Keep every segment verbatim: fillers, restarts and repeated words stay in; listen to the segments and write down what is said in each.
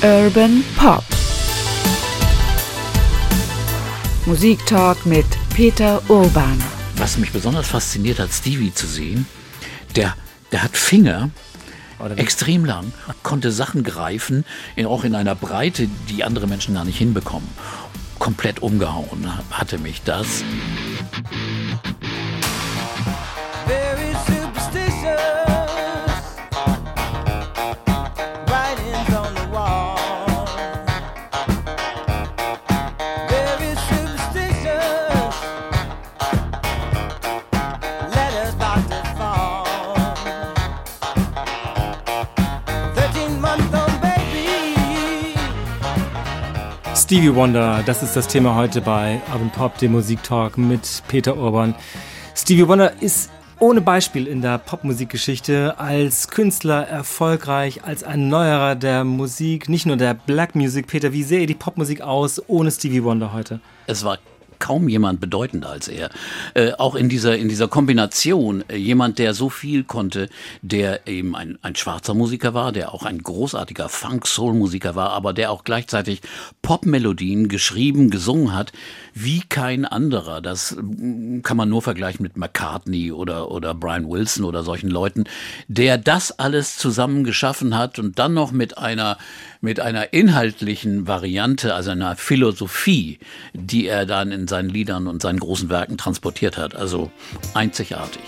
Urban Pop. Musiktalk mit Peter Urban. Was mich besonders fasziniert hat, Stevie zu sehen, der, der hat Finger, extrem lang, konnte Sachen greifen, in, auch in einer Breite, die andere Menschen gar nicht hinbekommen. Komplett umgehauen hatte mich das. Stevie Wonder, das ist das Thema heute bei Urban Pop, dem Musiktalk mit Peter Urban. Stevie Wonder ist ohne Beispiel in der Popmusikgeschichte als Künstler erfolgreich, als ein Neuerer der Musik, nicht nur der Black Music. Peter, wie sähe die Popmusik aus ohne Stevie Wonder heute? Es war kaum jemand bedeutender als er. Äh, auch in dieser, in dieser Kombination, äh, jemand, der so viel konnte, der eben ein, ein schwarzer Musiker war, der auch ein großartiger Funk-Soul-Musiker war, aber der auch gleichzeitig Popmelodien geschrieben, gesungen hat, wie kein anderer. Das äh, kann man nur vergleichen mit McCartney oder, oder Brian Wilson oder solchen Leuten, der das alles zusammen geschaffen hat und dann noch mit einer, mit einer inhaltlichen Variante, also einer Philosophie, die er dann in seinen Liedern und seinen großen Werken transportiert hat. Also einzigartig.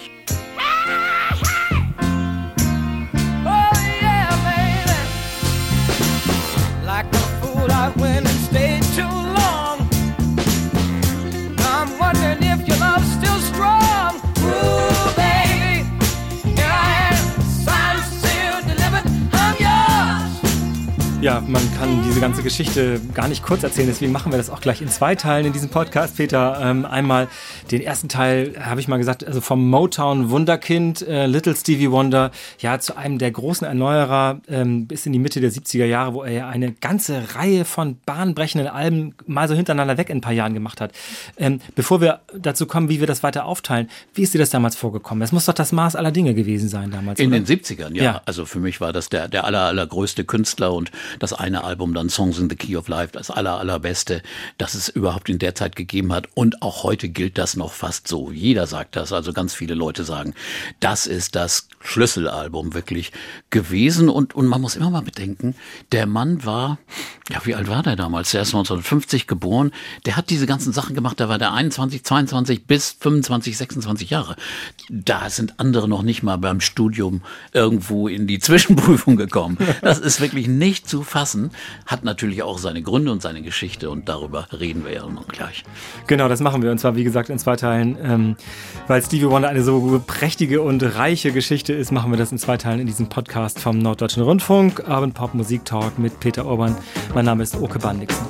Ja, man kann diese ganze Geschichte gar nicht kurz erzählen, deswegen machen wir das auch gleich in zwei Teilen in diesem Podcast, Peter. Ähm, einmal den ersten Teil, habe ich mal gesagt, also vom Motown-Wunderkind, äh, Little Stevie Wonder, ja, zu einem der großen Erneuerer ähm, bis in die Mitte der siebziger Jahre, wo er ja eine ganze Reihe von bahnbrechenden Alben mal so hintereinander weg in ein paar Jahren gemacht hat. Ähm, bevor wir dazu kommen, wie wir das weiter aufteilen, wie ist dir das damals vorgekommen? Das muss doch das Maß aller Dinge gewesen sein damals, In oder? den siebzigern, ja. ja. Also für mich war das der, der aller, allergrößte Künstler und das eine Album dann Songs in the Key of Life, das aller, allerbeste, das es überhaupt in der Zeit gegeben hat. Und auch heute gilt das noch fast so. Jeder sagt das, also ganz viele Leute sagen, das ist das Schlüsselalbum wirklich gewesen. Und, und man muss immer mal bedenken, der Mann war, ja, wie alt war der damals? Der ist neunzehnhundertfünfzig geboren. Der hat diese ganzen Sachen gemacht, da war der einundzwanzig, zweiundzwanzig bis fünfundzwanzig, sechsundzwanzig Jahre. Da sind andere noch nicht mal beim Studium irgendwo in die Zwischenprüfung gekommen. Das ist wirklich nicht zu fassen, hat natürlich auch seine Gründe und seine Geschichte und darüber reden wir ja noch gleich. Genau, das machen wir und zwar wie gesagt in zwei Teilen, ähm, weil Stevie Wonder eine so prächtige und reiche Geschichte ist, machen wir das in zwei Teilen in diesem Podcast vom Norddeutschen Rundfunk, Urban Pop Musik Talk mit Peter Urban. Mein Name ist Oke Bandixen.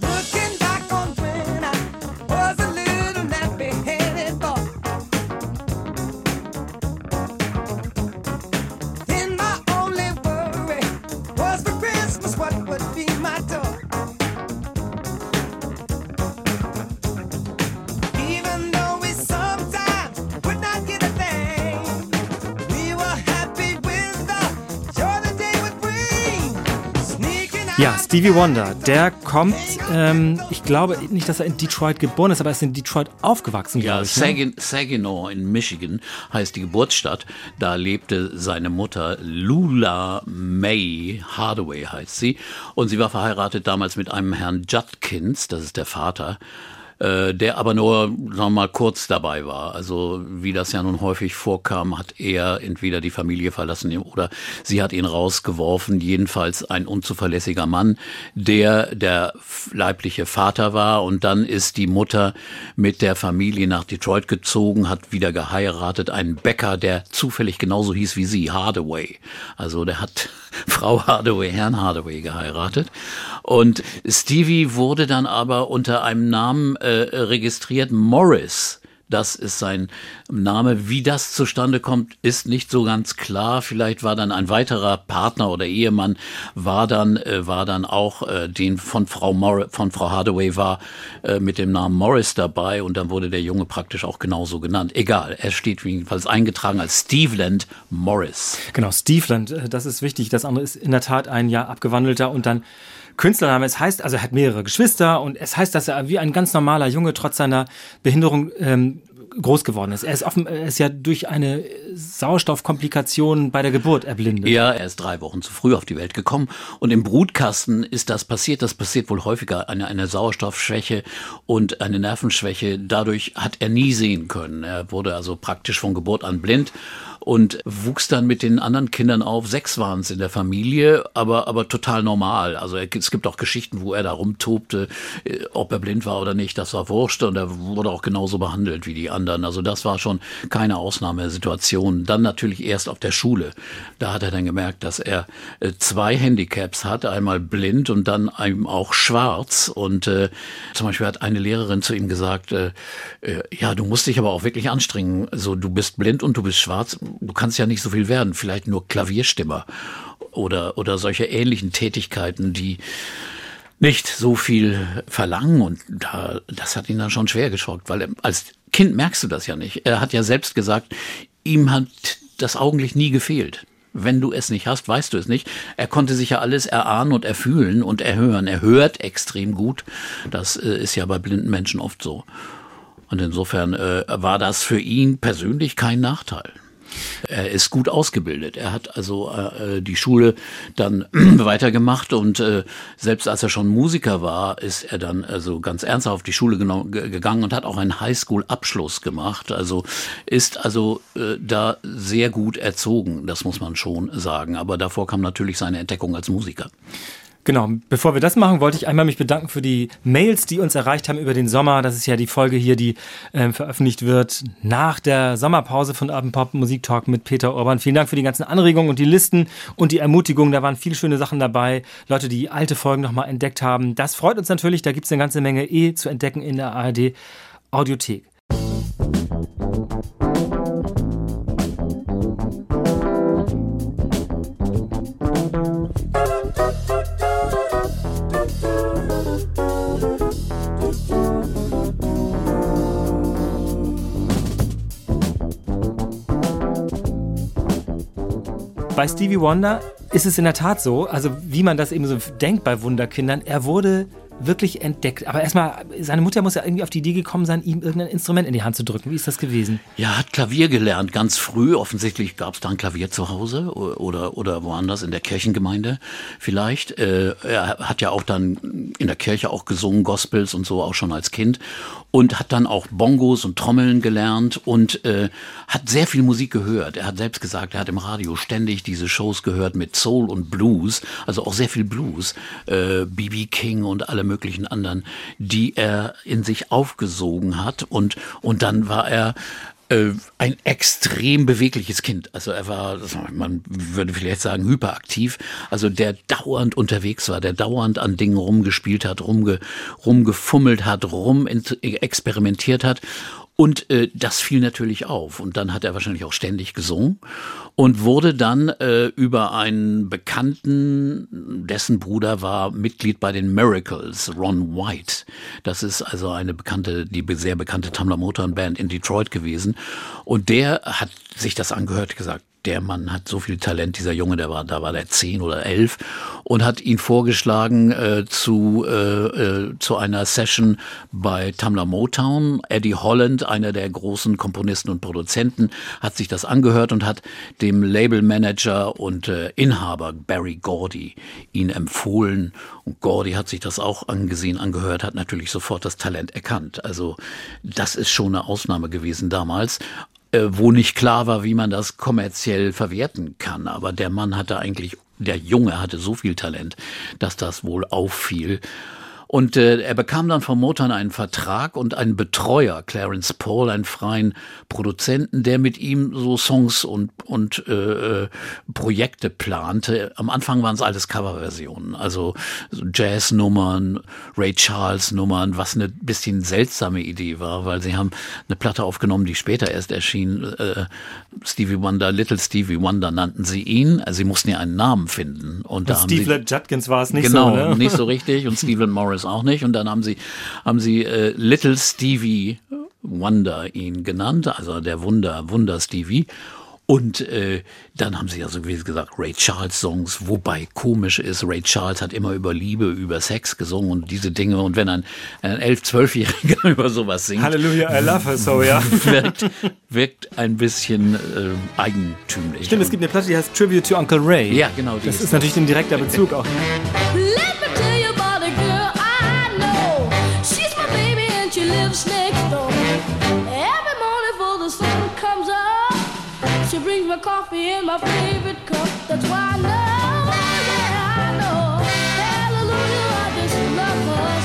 Ja, Stevie Wonder, der kommt, ähm, ich glaube nicht, dass er in Detroit geboren ist, aber er ist in Detroit aufgewachsen, glaube ja, ich. Sagin- Saginaw in Michigan heißt die Geburtsstadt. Da lebte seine Mutter Lula May Hardaway heißt sie. Und sie war verheiratet damals mit einem Herrn Judkins, das ist der Vater, äh, der aber nur, sagen wir mal, kurz dabei war. Also wie das ja nun häufig vorkam, hat er entweder die Familie verlassen oder sie hat ihn rausgeworfen. Jedenfalls ein unzuverlässiger Mann, der der leibliche Vater war. Und dann ist die Mutter mit der Familie nach Detroit gezogen, hat wieder geheiratet, einen Bäcker, der zufällig genauso hieß wie sie, Hardaway. Also der hat Frau Hardaway, Herrn Hardaway geheiratet. Und Stevie wurde dann aber unter einem Namen äh, registriert, Morris. Das ist sein Name. Wie das zustande kommt, ist nicht so ganz klar. Vielleicht war dann ein weiterer Partner oder Ehemann, war dann, äh, war dann auch, äh, den von Frau Mor- von Frau Hardaway war, äh, mit dem Namen Morris dabei und dann wurde der Junge praktisch auch genauso genannt. Egal, er steht jedenfalls eingetragen als Steveland Morris. Genau, Steveland, das ist wichtig. Das andere ist in der Tat ein ja abgewandelter und dann Künstlername. Es heißt, also er hat mehrere Geschwister und es heißt, dass er wie ein ganz normaler Junge trotz seiner Behinderung ähm, groß geworden ist. Er ist, offen, er ist ja durch eine Sauerstoffkomplikation bei der Geburt erblindet. Ja, er ist drei Wochen zu früh auf die Welt gekommen und im Brutkasten ist das passiert. Das passiert wohl häufiger, eine, eine Sauerstoffschwäche und eine Nervenschwäche. Dadurch hat er nie sehen können. Er wurde also praktisch von Geburt an blind und wuchs dann mit den anderen Kindern auf. Sechs waren es in der Familie, aber, aber total normal. Also er, es gibt auch Geschichten, wo er da rumtobte, ob er blind war oder nicht, das war wurscht und er wurde auch genauso behandelt wie die anderen. Also das war schon keine Ausnahmesituation. Dann natürlich erst auf der Schule. Da hat er dann gemerkt, dass er zwei Handicaps hat, einmal blind und dann eben auch schwarz. Und äh, zum Beispiel hat eine Lehrerin zu ihm gesagt, äh, äh, ja, du musst dich aber auch wirklich anstrengen. So, du bist blind und du bist schwarz. Du kannst ja nicht so viel werden, vielleicht nur Klavierstimmer oder, oder solche ähnlichen Tätigkeiten, die nicht so viel verlangen und da, das hat ihn dann schon schwer geschockt, weil er, als Kind merkst du das ja nicht. Er hat ja selbst gesagt, ihm hat das Augenlicht nie gefehlt. Wenn du es nicht hast, weißt du es nicht. Er konnte sich ja alles erahnen und erfühlen und erhören. Er hört extrem gut. Das äh, ist ja bei blinden Menschen oft so. Und insofern äh, war das für ihn persönlich kein Nachteil. Er ist gut ausgebildet. Er hat also äh, die Schule dann weitergemacht und äh, selbst als er schon Musiker war, ist er dann also ganz ernsthaft auf die Schule genommen, g- gegangen und hat auch einen Highschool-Abschluss gemacht. Also ist also äh, da sehr gut erzogen, das muss man schon sagen. Aber davor kam natürlich seine Entdeckung als Musiker. Genau, bevor wir das machen, wollte ich einmal mich bedanken für die Mails, die uns erreicht haben über den Sommer. Das ist ja die Folge hier, die äh, veröffentlicht wird nach der Sommerpause von Urban Pop Musik Talk mit Peter Urban. Vielen Dank für die ganzen Anregungen und die Listen und die Ermutigung. Da waren viele schöne Sachen dabei. Leute, die alte Folgen nochmal entdeckt haben. Das freut uns natürlich. Da gibt es eine ganze Menge eh zu entdecken in der A R D Audiothek. Bei Stevie Wonder ist es in der Tat so, also wie man das eben so denkt bei Wunderkindern, er wurde wirklich entdeckt. Aber erstmal, seine Mutter muss ja irgendwie auf die Idee gekommen sein, ihm irgendein Instrument in die Hand zu drücken. Wie ist das gewesen? Ja, er hat Klavier gelernt, ganz früh. Offensichtlich gab es da ein Klavier zu Hause oder, oder woanders in der Kirchengemeinde vielleicht. Äh, er hat ja auch dann in der Kirche auch gesungen, Gospels und so, auch schon als Kind. Und hat dann auch Bongos und Trommeln gelernt und äh, hat sehr viel Musik gehört. Er hat selbst gesagt, er hat im Radio ständig diese Shows gehört mit Soul und Blues, also auch sehr viel Blues, äh, B B King und alle möglichen anderen, die er in sich aufgesogen hat. Und, und dann war er äh, ein extrem bewegliches Kind. Also er war, man würde vielleicht sagen, hyperaktiv. Also der dauernd unterwegs war, der dauernd an Dingen rumgespielt hat, rumge, rumgefummelt hat, rum experimentiert hat. Und äh, das fiel natürlich auf. Und dann hat er wahrscheinlich auch ständig gesungen und wurde dann äh, über einen Bekannten, dessen Bruder war Mitglied bei den Miracles, Ron White. Das ist also eine bekannte, die sehr bekannte Tamla Motown Band in Detroit gewesen. Und der hat sich das angehört, gesagt, der Mann hat so viel Talent, dieser Junge, der war, da war der zehn oder elf und hat ihn vorgeschlagen äh, zu äh, äh, zu einer Session bei Tamla Motown. Eddie Holland, einer der großen Komponisten und Produzenten, hat sich das angehört und hat dem Labelmanager und äh, Inhaber Barry Gordy ihn empfohlen. Und Gordy hat sich das auch angesehen, angehört, hat natürlich sofort das Talent erkannt. Also das ist schon eine Ausnahme gewesen damals, wo nicht klar war, wie man das kommerziell verwerten kann. Aber der Mann hatte eigentlich, der Junge hatte so viel Talent, dass das wohl auffiel. Und äh, er bekam dann von Motown einen Vertrag und einen Betreuer, Clarence Paul, einen freien Produzenten, der mit ihm so Songs und, und äh, Projekte plante. Am Anfang waren es alles Coverversionen, also Jazznummern, Ray Charles Nummern, was eine bisschen seltsame Idee war, weil sie haben eine Platte aufgenommen, die später erst erschien. Äh, Stevie Wonder, Little Stevie Wonder nannten sie ihn. Also sie mussten ja einen Namen finden. Und, und da Steve haben sie, Judkins war es nicht genau, so, ne? nicht so richtig und Stephen Morris auch nicht. Und dann haben sie, haben sie äh, Little Stevie Wonder ihn genannt, also der Wunder, Wunder Stevie. Und äh, dann haben sie also, wie gesagt, Ray Charles Songs, wobei komisch ist, Ray Charles hat immer über Liebe, über Sex gesungen und diese Dinge. Und wenn ein, ein elf-, zwölfjähriger über sowas singt, Halleluja, I love her so, ja. wirkt, wirkt ein bisschen äh, eigentümlich. Stimmt, es gibt eine Platte, die heißt Tribute to Uncle Ray. Ja, genau. Die das ist, ist natürlich ein direkter Bezug auch. Let me tell you about a girl I know. She's my baby and she lives next door. Every morning before the sun comes up, she brings me coffee in my favorite cup. That's why I know, yeah, I know. Hallelujah, I just love her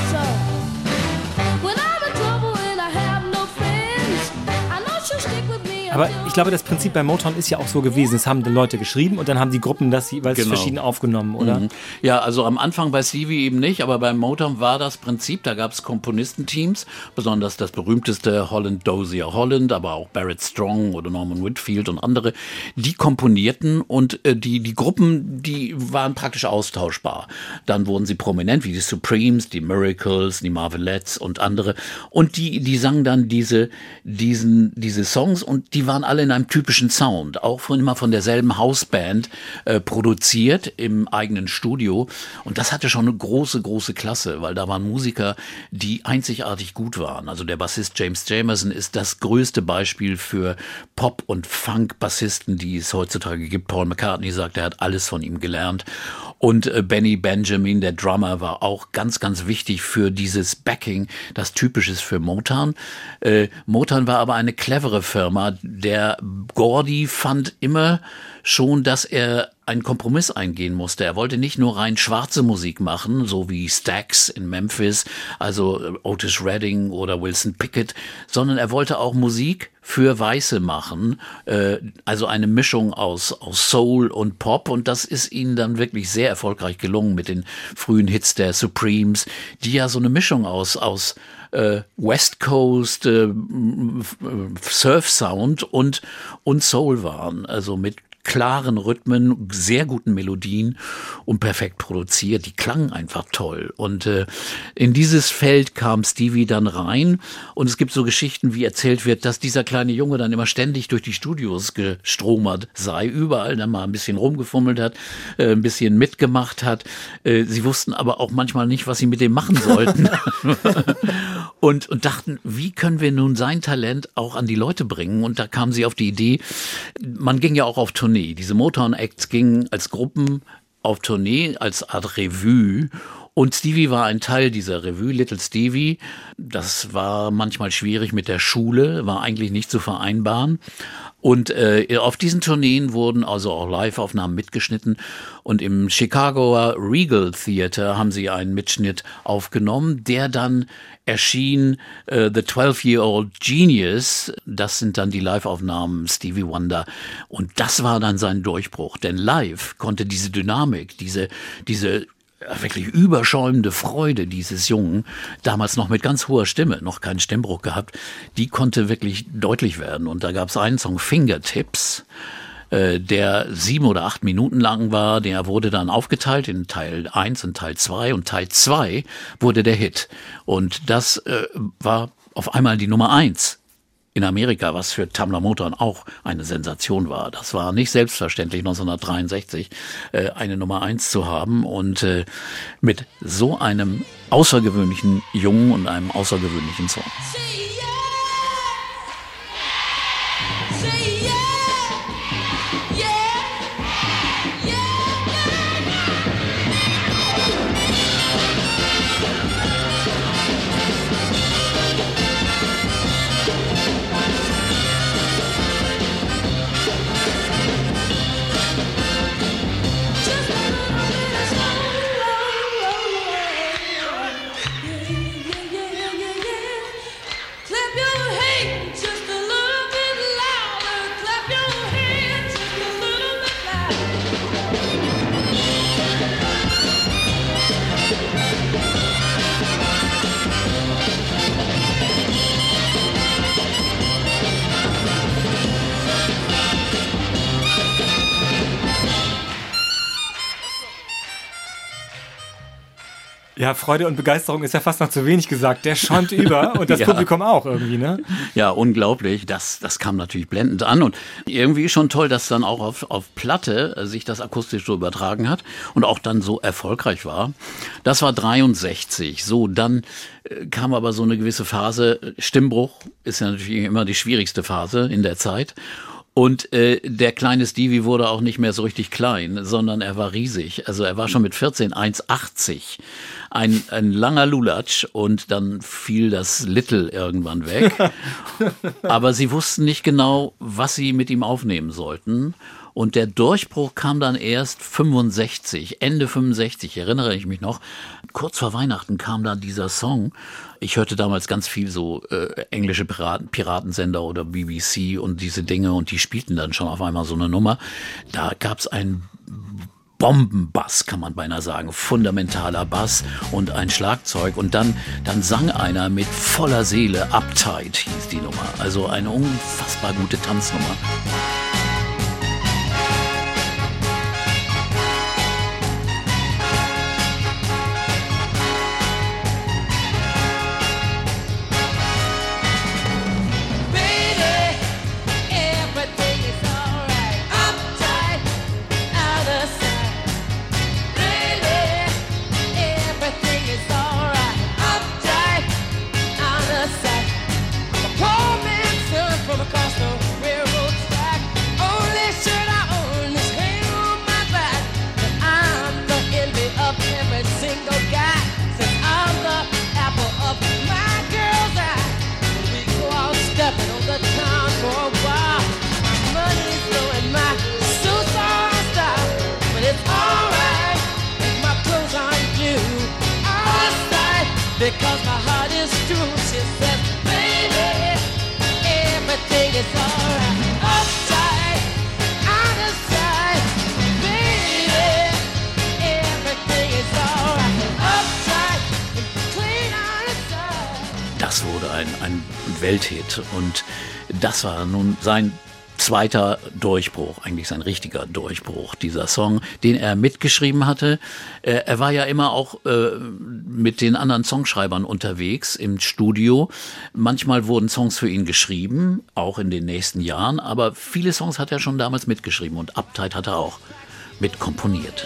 so. When I'm in trouble and I have no friends, I know she'll stick with me. Aber ich glaube, das Prinzip bei Motown ist ja auch so gewesen. Es haben die Leute geschrieben und dann haben die Gruppen das jeweils Genau. verschieden aufgenommen, oder? Mhm. Ja, also am Anfang bei Stevie eben nicht, aber bei Motown war das Prinzip, da gab es Komponistenteams, besonders das berühmteste Holland Dozier Holland, aber auch Barrett Strong oder Norman Whitfield und andere, die komponierten und äh, die, die Gruppen, die waren praktisch austauschbar. Dann wurden sie prominent, wie die Supremes, die Miracles, die Marvelettes und andere und die, die sangen dann diese, diesen, diese Songs und die waren alle in einem typischen Sound, auch von, immer von derselben Hausband äh, produziert im eigenen Studio. Und das hatte schon eine große, große Klasse, weil da waren Musiker, die einzigartig gut waren. Also der Bassist James Jamerson ist das größte Beispiel für Pop- und Funk-Bassisten, die es heutzutage gibt. Paul McCartney sagt, er hat alles von ihm gelernt. Und äh, Benny Benjamin, der Drummer, war auch ganz, ganz wichtig für dieses Backing, das typisch ist für Motown. Äh, Motown war aber eine clevere Firma. Der Gordy fand immer schon, dass er einen Kompromiss eingehen musste. Er wollte nicht nur rein schwarze Musik machen, so wie Stax in Memphis, also Otis Redding oder Wilson Pickett, sondern er wollte auch Musik für Weiße machen, äh, also eine Mischung aus, aus Soul und Pop und das ist ihnen dann wirklich sehr erfolgreich gelungen mit den frühen Hits der Supremes, die ja so eine Mischung aus, aus äh, West Coast äh, Surf Sound und, und Soul waren, also mit klaren Rhythmen, sehr guten Melodien und perfekt produziert. Die klangen einfach toll. Und äh, in dieses Feld kam Stevie dann rein. Und es gibt so Geschichten, wie erzählt wird, dass dieser kleine Junge dann immer ständig durch die Studios gestromert sei, überall dann mal ein bisschen rumgefummelt hat, äh, ein bisschen mitgemacht hat. Äh, sie wussten aber auch manchmal nicht, was sie mit dem machen sollten. und, und dachten, wie können wir nun sein Talent auch an die Leute bringen? Und da kamen sie auf die Idee, man ging ja auch auf Tournee. Diese Motown-Acts gingen als Gruppen auf Tournee, als Art Revue. Und Stevie war ein Teil dieser Revue, Little Stevie. Das war manchmal schwierig mit der Schule, war eigentlich nicht zu vereinbaren. Und äh, auf diesen Tourneen wurden also auch Live-Aufnahmen mitgeschnitten. Und im Chicagoer Regal Theater haben sie einen Mitschnitt aufgenommen, der dann erschien, äh, The twelve-Year-Old Genius. Das sind dann die Live-Aufnahmen Stevie Wonder. Und das war dann sein Durchbruch. Denn live konnte diese Dynamik, diese, diese wirklich überschäumende Freude dieses Jungen, damals noch mit ganz hoher Stimme, noch keinen Stimmbruch gehabt, die konnte wirklich deutlich werden. Und da gab es einen Song, Fingertips, äh, der sieben oder acht Minuten lang war. Der wurde dann aufgeteilt in Teil eins und Teil zwei. Und Teil zwei wurde der Hit. Und das äh, war auf einmal die Nummer eins in Amerika, was für Tamla Motown auch eine Sensation war. Das war nicht selbstverständlich, neunzehnhundertdreiundsechzig äh, eine Nummer eins zu haben und äh, mit so einem außergewöhnlichen Jungen und einem außergewöhnlichen Song. Ja, Freude und Begeisterung ist ja fast noch zu wenig gesagt. Der schäumt über und das ja. Publikum auch irgendwie, ne? Ja, unglaublich. Das, das kam natürlich blendend an und irgendwie schon toll, dass dann auch auf, auf Platte sich das akustisch so übertragen hat und auch dann so erfolgreich war. Das war dreiundsechzig. So, dann äh, kam aber so eine gewisse Phase. Stimmbruch ist ja natürlich immer die schwierigste Phase in der Zeit. Und äh, der kleine Stevie wurde auch nicht mehr so richtig klein, sondern er war riesig. Also er war schon mit vierzehn eins achtzig. Ein, ein langer Lulatsch und dann fiel das Little irgendwann weg. Aber sie wussten nicht genau, was sie mit ihm aufnehmen sollten. Und der Durchbruch kam dann erst fünfundsechzig, Ende fünfundsechzig, erinnere ich mich noch. Kurz vor Weihnachten kam dann dieser Song. Ich hörte damals ganz viel so äh, englische Piraten, Piratensender oder B B C und diese Dinge und die spielten dann schon auf einmal so eine Nummer. Da gab's einen Bombenbass, kann man beinahe sagen, fundamentaler Bass und ein Schlagzeug und dann, dann sang einer mit voller Seele, Uptight hieß die Nummer, also eine unfassbar gute Tanznummer. Because my heart is true, she says, baby, everything is alright. Upside, out of sight, baby, everything is alright. Upside, clean out of sight. Das wurde ein, ein Welthit und das war nun sein zweiter Durchbruch, eigentlich sein richtiger Durchbruch, dieser Song, den er mitgeschrieben hatte. Er war ja immer auch äh, mit den anderen Songschreibern unterwegs im Studio. Manchmal wurden Songs für ihn geschrieben, auch in den nächsten Jahren, aber viele Songs hat er schon damals mitgeschrieben und Uptight hat er auch mitkomponiert.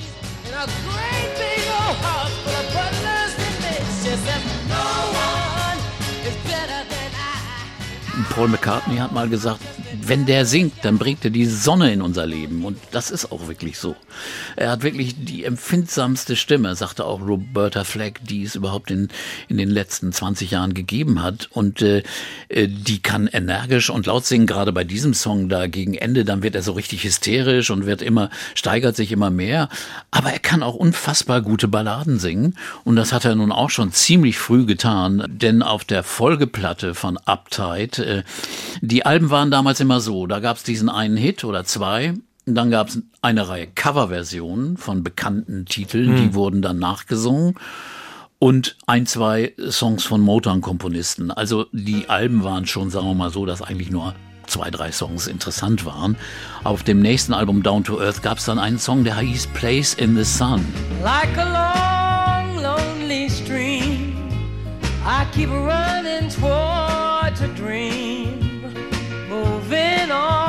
Paul McCartney hat mal gesagt, wenn der singt, dann bringt er die Sonne in unser Leben. Und das ist auch wirklich so. Er hat wirklich die empfindsamste Stimme, sagte auch Roberta Flack, die es überhaupt in, in den letzten zwanzig Jahren gegeben hat. Und äh, die kann energisch und laut singen, gerade bei diesem Song da gegen Ende. Dann wird er so richtig hysterisch und wird immer, steigert sich immer mehr. Aber er kann auch unfassbar gute Balladen singen. Und das hat er nun auch schon ziemlich früh getan. Denn auf der Folgeplatte von Uptight, äh, die Alben waren damals immer so, da gab es diesen einen Hit oder zwei, und dann gab es eine Reihe Coverversionen von bekannten Titeln, hm. die wurden dann nachgesungen und ein, zwei Songs von Motown-Komponisten. Also die Alben waren schon, sagen wir mal so, dass eigentlich nur zwei, drei Songs interessant waren. Auf dem nächsten Album Down to Earth gab es dann einen Song, der hieß Place in the Sun. Like a long, lonely stream, I keep running towards a dream. Moving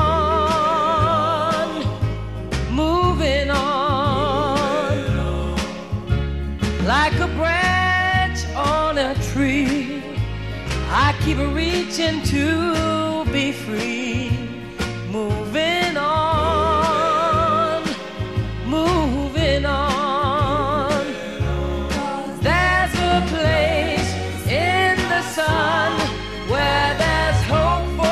on, moving on, like a branch on a tree, I keep reaching to be free, moving on, moving on, 'cause there's a place in the sun where there's hope for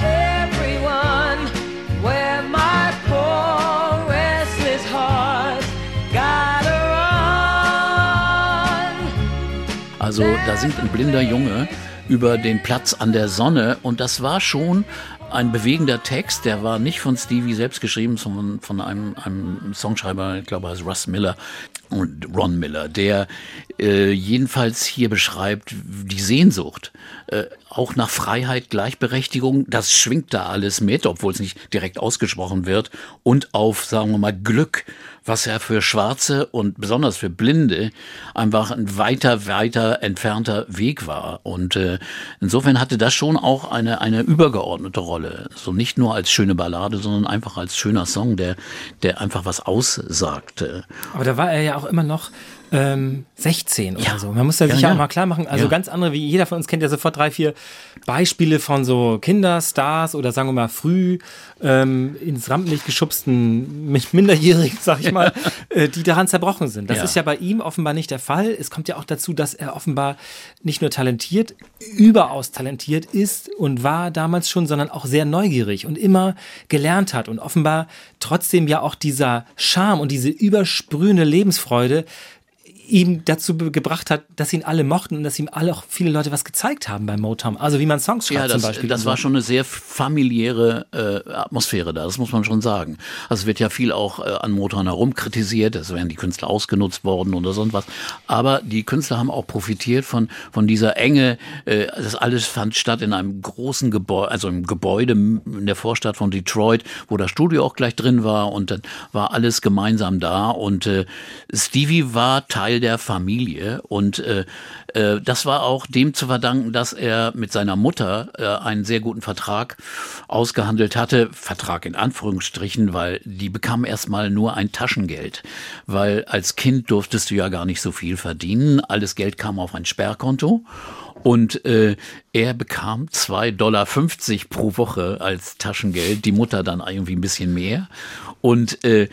Also da singt ein blinder Junge über den Platz an der Sonne und das war schon ein bewegender Text, der war nicht von Stevie selbst geschrieben, sondern von einem, einem Songschreiber, ich glaube, heißt Russ Miller. und Ron Miller, der äh, jedenfalls hier beschreibt die Sehnsucht, äh, auch nach Freiheit, Gleichberechtigung, das schwingt da alles mit, obwohl es nicht direkt ausgesprochen wird, und auf, sagen wir mal, Glück, was ja für Schwarze und besonders für Blinde einfach ein weiter, weiter entfernter Weg war. Und äh, insofern hatte das schon auch eine, eine übergeordnete Rolle. So nicht nur als schöne Ballade, sondern einfach als schöner Song, der, der einfach was aussagte. Aber da war er ja auch immer noch ähm, sechzehn oder Ja. so. Man muss ja Ja, sich ja ja. auch mal klar machen, also Ja. ganz andere, wie jeder von uns kennt ja sofort drei, vier Beispiele von so Kinderstars oder sagen wir mal früh ähm, ins Rampenlicht geschubsten mit Minderjährigen, sag ich mal, äh, die daran zerbrochen sind. Das Ja. ist ja bei ihm offenbar nicht der Fall. Es kommt ja auch dazu, dass er offenbar nicht nur talentiert, überaus talentiert ist und war damals schon, sondern auch sehr neugierig und immer gelernt hat und offenbar trotzdem ja auch dieser Charme und diese übersprühende Lebensfreude ihm dazu be- gebracht hat, dass ihn alle mochten und dass ihm alle auch viele Leute was gezeigt haben beim Motown. Also wie man Songs schreibt Ja, zum das, Beispiel. das und so. war schon eine sehr familiäre äh, Atmosphäre da, das muss man schon sagen. Also es wird ja viel auch äh, an Motown herum kritisiert, es werden die Künstler ausgenutzt worden oder sonst was. Aber die Künstler haben auch profitiert von, von dieser Enge. Äh, das alles fand statt in einem großen Gebäude, also im Gebäude in der Vorstadt von Detroit, wo das Studio auch gleich drin war, und dann war alles gemeinsam da. Und äh, Stevie war Teil der Familie, und äh, äh, das war auch dem zu verdanken, dass er mit seiner Mutter äh, einen sehr guten Vertrag ausgehandelt hatte. Vertrag in Anführungsstrichen, weil die bekamen erstmal nur ein Taschengeld, weil als Kind durftest du ja gar nicht so viel verdienen. Alles Geld kam auf ein Sperrkonto. Und äh, er bekam zwei Dollar fünfzig pro Woche als Taschengeld, die Mutter dann irgendwie ein bisschen mehr. Und äh,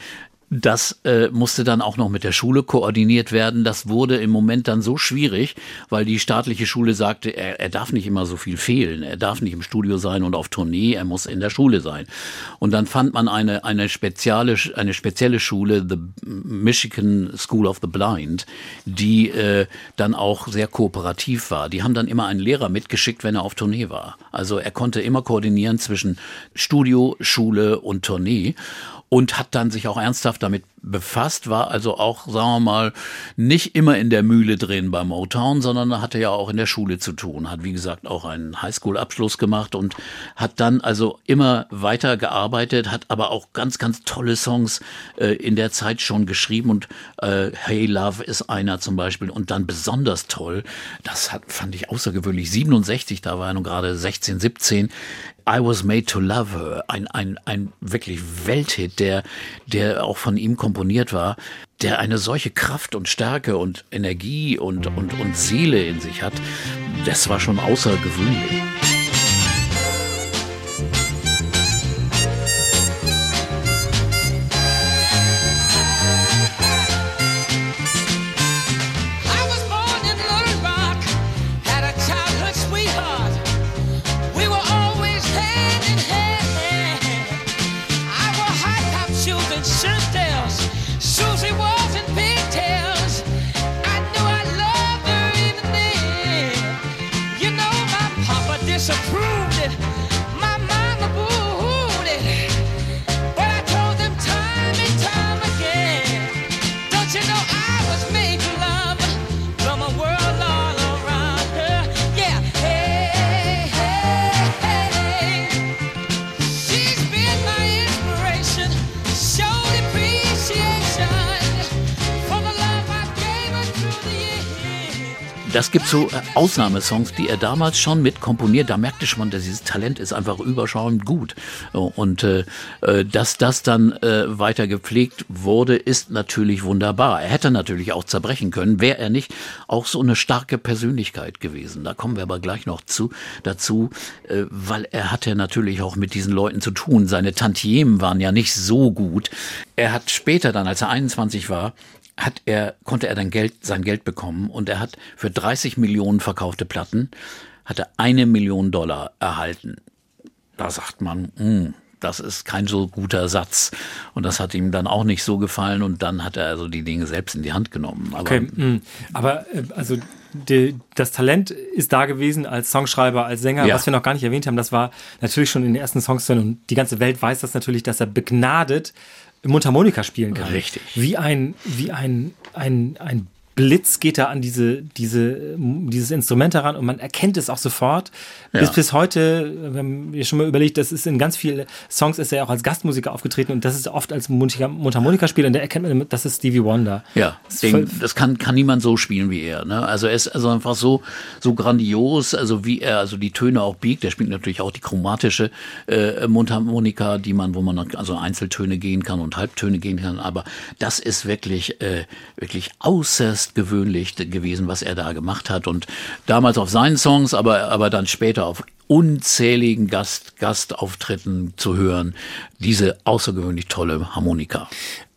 das äh, musste dann auch noch mit der Schule koordiniert werden. Das wurde im Moment dann so schwierig, weil die staatliche Schule sagte, er, er darf nicht immer so viel fehlen. Er darf nicht im Studio sein und auf Tournee, er muss in der Schule sein. Und dann fand man eine, eine, spezielle, eine spezielle Schule, the Michigan School of the Blind, die äh, dann auch sehr kooperativ war. Die haben dann immer einen Lehrer mitgeschickt, wenn er auf Tournee war. Also er konnte immer koordinieren zwischen Studio, Schule und Tournee. Und hat dann sich auch ernsthaft damit befasst, war also auch, sagen wir mal, nicht immer in der Mühle drin bei Motown, sondern hatte ja auch in der Schule zu tun, hat wie gesagt auch einen Highschool-Abschluss gemacht und hat dann also immer weiter gearbeitet, hat aber auch ganz, ganz tolle Songs äh, in der Zeit schon geschrieben, und äh, Hey Love ist einer zum Beispiel, und dann besonders toll, das hat, fand ich außergewöhnlich, siebenundsechzig, da war er nun gerade sechzehn, siebzehn, I Was Made to Love Her, ein, ein, ein wirklich Welthit, der, der auch von ihm komponiert war, der eine solche Kraft und Stärke und Energie und, und, und Seele in sich hat. Das war schon außergewöhnlich. Disapproved it. My mama booed it. But I told them time and time again, don't you know I was made to love from a world all around her. Yeah, hey, hey, hey. She's been my inspiration, showed appreciation for the love I gave her through the years. Das gibt so äh, Ausnahmesongs, die er damals schon mit komponiert. Da merkte schon, dass dieses Talent ist einfach überschauend gut. Und äh, dass das dann äh, weiter gepflegt wurde, ist natürlich wunderbar. Er hätte natürlich auch zerbrechen können, wäre er nicht auch so eine starke Persönlichkeit gewesen. Da kommen wir aber gleich noch zu, dazu, äh, weil er hatte natürlich auch mit diesen Leuten zu tun. Seine Tantiemen waren ja nicht so gut. Er hat später dann, als er einundzwanzig war, hat er, konnte er dann Geld, sein Geld bekommen, und er hat für dreißig Millionen verkaufte Platten, hat er eine Million Dollar erhalten. Da sagt man, mh, das ist kein so guter Satz. Und das hat ihm dann auch nicht so gefallen, und dann hat er also die Dinge selbst in die Hand genommen. Aber, Okay, mh. aber äh, also die, das Talent ist da gewesen als Songschreiber, als Sänger. Ja. Was wir noch gar nicht erwähnt haben, das war natürlich schon in den ersten Songs drin, und die ganze Welt weiß das natürlich, dass er begnadet Mundharmonika spielen kann. Richtig. Wie ein, wie ein, ein, ein Blitz geht er an diese, diese, dieses Instrument heran und man erkennt es auch sofort. Ja. Bis, bis heute, wir haben mir schon mal überlegt, das ist in ganz vielen Songs ist er auch als Gastmusiker aufgetreten und das ist oft als Mundharmonikaspieler und da erkennt man, das ist Stevie Wonder. Ja, das, den, das kann, kann niemand so spielen wie er. Ne? Also er ist also einfach so, so grandios, also wie er also die Töne auch biegt. Er spielt natürlich auch die chromatische äh, Mundharmonika, die man, wo man also Einzeltöne gehen kann und Halbtöne gehen kann. Aber das ist wirklich, äh, wirklich äußerst gewöhnlich gewesen, was er da gemacht hat. Und damals auf seinen Songs, aber, aber dann später auf unzähligen Gast, Gastauftritten zu hören, diese außergewöhnlich tolle Harmonika.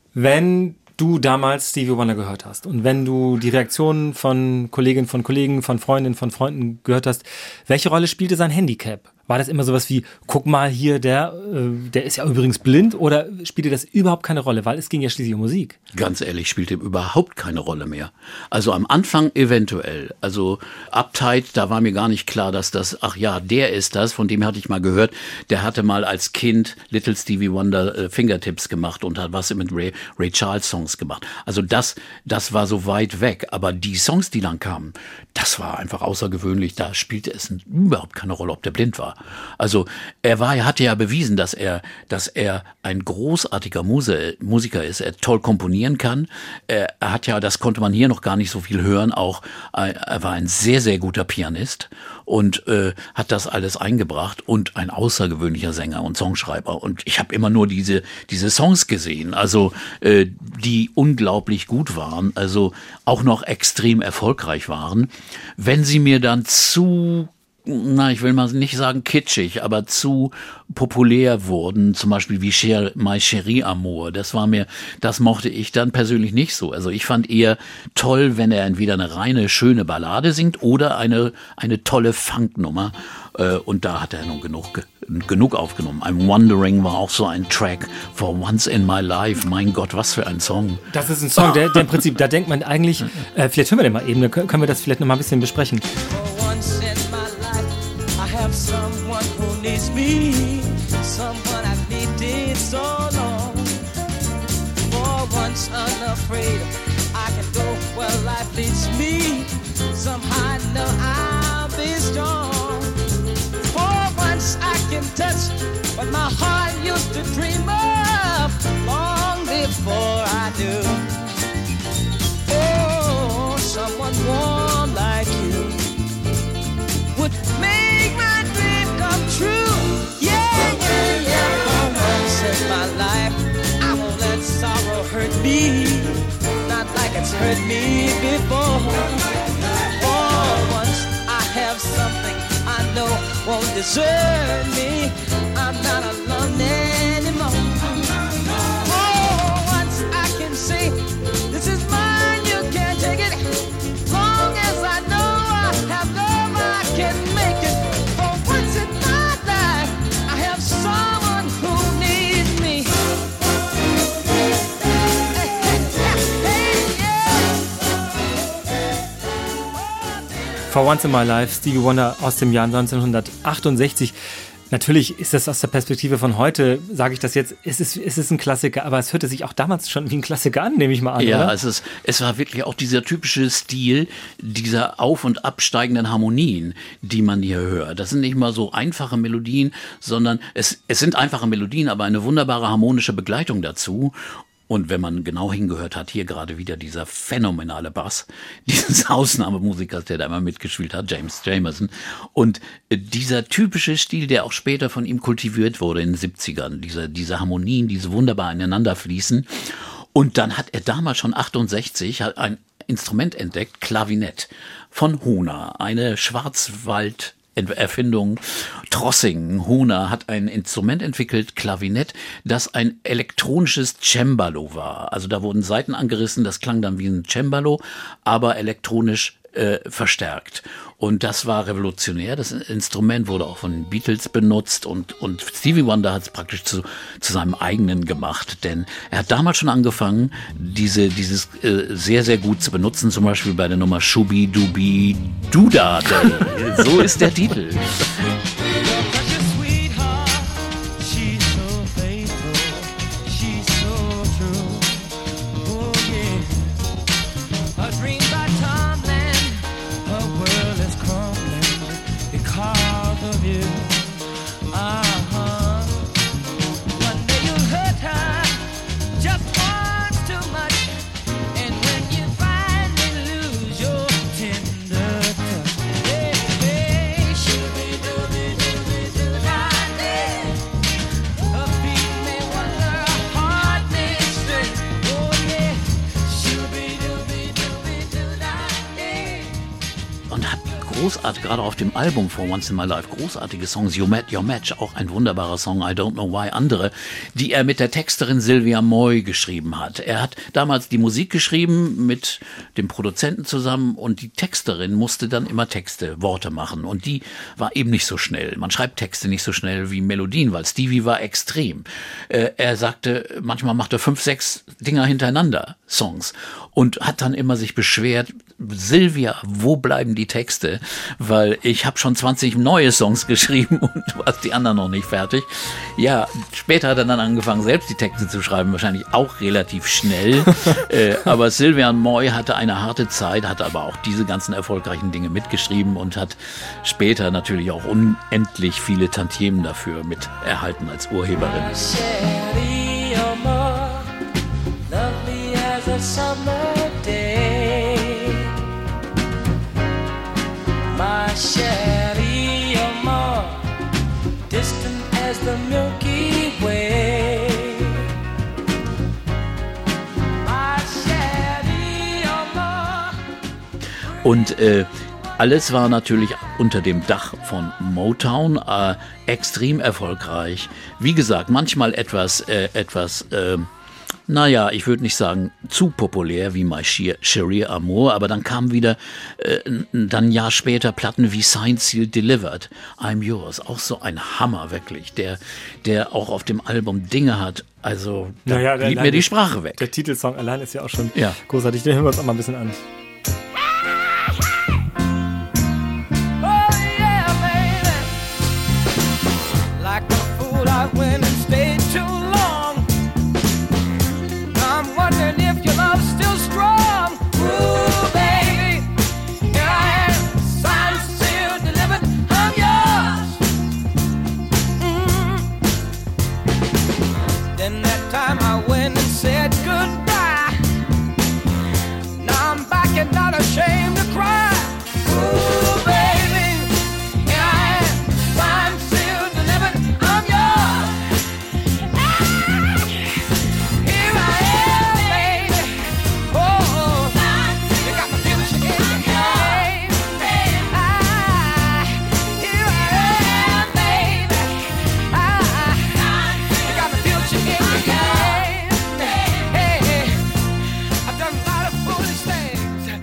Wenn du damals Stevie Wonder gehört hast und wenn du die Reaktionen von Kolleginnen, von Kollegen, von Freundinnen, von Freunden gehört hast, welche Rolle spielte sein Handicap? War das immer sowas wie, guck mal hier, der, äh, der ist ja übrigens blind, oder spielte das überhaupt keine Rolle? Weil es ging ja schließlich um Musik. Ganz ehrlich, spielte überhaupt keine Rolle mehr. Also am Anfang eventuell. Also Uptight, da war mir gar nicht klar, dass das, ach ja, der ist das, von dem hatte ich mal gehört, der hatte mal als Kind Little Stevie Wonder äh, Fingertips gemacht und hat was mit Ray, Ray Charles Songs gemacht. Also das, das war so weit weg. Aber die Songs, die dann kamen, das war einfach außergewöhnlich. Da spielte es überhaupt keine Rolle, ob der blind war. Also er war, er hatte ja bewiesen, dass er, dass er ein großartiger Muse, Musiker ist. Er toll komponieren kann. Er, er hat ja, das konnte man hier noch gar nicht so viel hören. Auch er war ein sehr, sehr guter Pianist und äh, hat das alles eingebracht und ein außergewöhnlicher Sänger und Songschreiber. Und ich habe immer nur diese diese Songs gesehen, also äh, die unglaublich gut waren, also auch noch extrem erfolgreich waren. Wenn sie mir dann zu na, ich will mal nicht sagen kitschig, aber zu populär wurden, zum Beispiel wie Cher, My Chérie Amour, das war mir, das mochte ich dann persönlich nicht so. Also ich fand eher toll, wenn er entweder eine reine, schöne Ballade singt oder eine, eine tolle Funknummer. Und da hat er nun genug, genug aufgenommen. I'm Wondering war auch so ein Track, For Once in My Life. Mein Gott, was für ein Song. Das ist ein Song, der, der im Prinzip, da denkt man eigentlich, äh, vielleicht hören wir den mal eben, dann können wir das vielleicht noch mal ein bisschen besprechen. Someone who needs me, someone I've needed so long. For once unafraid, I can go where life leads me. Somehow I know I'll be strong. For once I can touch what my heart used to dream of long before I knew. Oh, someone warm like you would make my dream come true. Yeah, yeah, yeah. For once in my life, I won't let sorrow hurt me, not like it's hurt me before. For once I have something I know won't desert me. I'm not alone anymore. For once I can say, this is mine, you can't take it. Long as I know I have love, I can make it. For once in my life, I have someone who needs me. Hey, hey, hey, yeah. For Once in My Life, Stevie Wonder aus dem Jahr neunzehnhundertachtundsechzig. Natürlich ist das aus der Perspektive von heute, sage ich das jetzt, es ist, es ist ein Klassiker, aber es hörte sich auch damals schon wie ein Klassiker an, nehme ich mal an, ja, oder? es ist, es war wirklich auch dieser typische Stil dieser auf- und absteigenden Harmonien, die man hier hört. Das sind nicht mal so einfache Melodien, sondern es, es sind einfache Melodien, aber eine wunderbare harmonische Begleitung dazu. Und wenn man genau hingehört hat, hier gerade wieder dieser phänomenale Bass dieses Ausnahmemusikers, der da immer mitgespielt hat, James Jamerson. Und dieser typische Stil, der auch später von ihm kultiviert wurde in den siebzigern, diese, diese Harmonien, diese wunderbar ineinander fließen. Und dann hat er damals schon achtundsechzig ein Instrument entdeckt, Klavinett von Hohner, eine Schwarzwald- Erfindung. Trossing, Hohner, hat ein Instrument entwickelt, Klavinett, das ein elektronisches Cembalo war. Also da wurden Saiten angerissen, das klang dann wie ein Cembalo, aber elektronisch äh, verstärkt. Und das war revolutionär. Das Instrument wurde auch von den Beatles benutzt und, und Stevie Wonder hat es praktisch zu, zu seinem eigenen gemacht. Denn er hat damals schon angefangen, diese, dieses äh, sehr, sehr gut zu benutzen, zum Beispiel bei der Nummer Shubi Dubi Duda. So ist der Titel. She's so faithful, she's so großartig, gerade auf dem Album For Once in My Life, großartige Songs. You Met Your Match, auch ein wunderbarer Song, I Don't Know Why, andere, die er mit der Texterin Sylvia Moy geschrieben hat. Er hat damals die Musik geschrieben mit dem Produzenten zusammen und die Texterin musste dann immer Texte, Worte machen und die war eben nicht so schnell. Man schreibt Texte nicht so schnell wie Melodien, weil Stevie war extrem. Äh, er sagte, manchmal macht er fünf, sechs Dinger hintereinander, Songs, und hat dann immer sich beschwert, Sylvia, wo bleiben die Texte? Weil ich habe schon zwanzig neue Songs geschrieben und du hast die anderen noch nicht fertig. Ja, später hat er dann angefangen, selbst die Texte zu schreiben, wahrscheinlich auch relativ schnell. äh, aber Sylvia Moy hatte eine harte Zeit, hat aber auch diese ganzen erfolgreichen Dinge mitgeschrieben und hat später natürlich auch unendlich viele Tantiemen dafür mit erhalten als Urheberin. My Sherry Amor, distant as the Milky Way. My Sherry Amor. Und äh, alles war natürlich unter dem Dach von Motown, äh, extrem erfolgreich. Wie gesagt, manchmal etwas, äh, etwas, äh, naja, ich würde nicht sagen zu populär wie My Chérie Amour, aber dann kamen wieder äh, dann ein Jahr später Platten wie Signed, Sealed, Delivered, I'm Yours, auch so ein Hammer wirklich, der, der auch auf dem Album Dinge hat, also da naja, blieb mir die Sprache weg. Der Titelsong allein ist ja auch schon ja. großartig, den hören wir uns auch mal ein bisschen an. Not ashamed to cry. Ooh, baby, here I am, signed, sealed, delivered, I'm yours. Ah, here I am, baby. Oh, you got my future in your hand. Ah, here I am, baby. Ah, you got my future in your hand. Hey, I've done a lot of foolish things.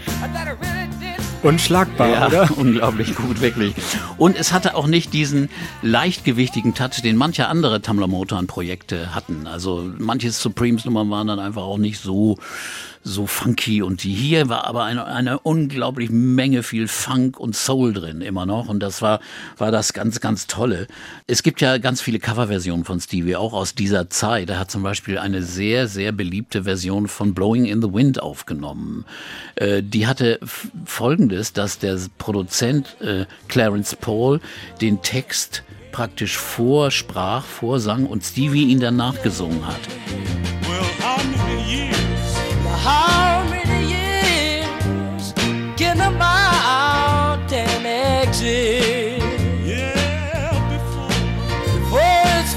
Unschlagbar, ja, oder? Unglaublich gut, wirklich. Und es hatte auch nicht diesen leichtgewichtigen Touch, den manche andere Tamla Motown-Projekte hatten. Also manche Supremes-Nummern waren dann einfach auch nicht so so funky und die hier war aber eine, eine unglaubliche Menge viel Funk und Soul drin immer noch und das war, war das ganz, ganz Tolle. Es gibt ja ganz viele Coverversionen von Stevie, auch aus dieser Zeit. Er hat zum Beispiel eine sehr, sehr beliebte Version von Blowing in the Wind aufgenommen. Äh, die hatte f- folgendes, dass der Produzent äh, Clarence Paul den Text praktisch vorsprach, vorsang und Stevie ihn dann nachgesungen hat. Well, how many years? How many years can a mountain exist? Yeah, before, before it's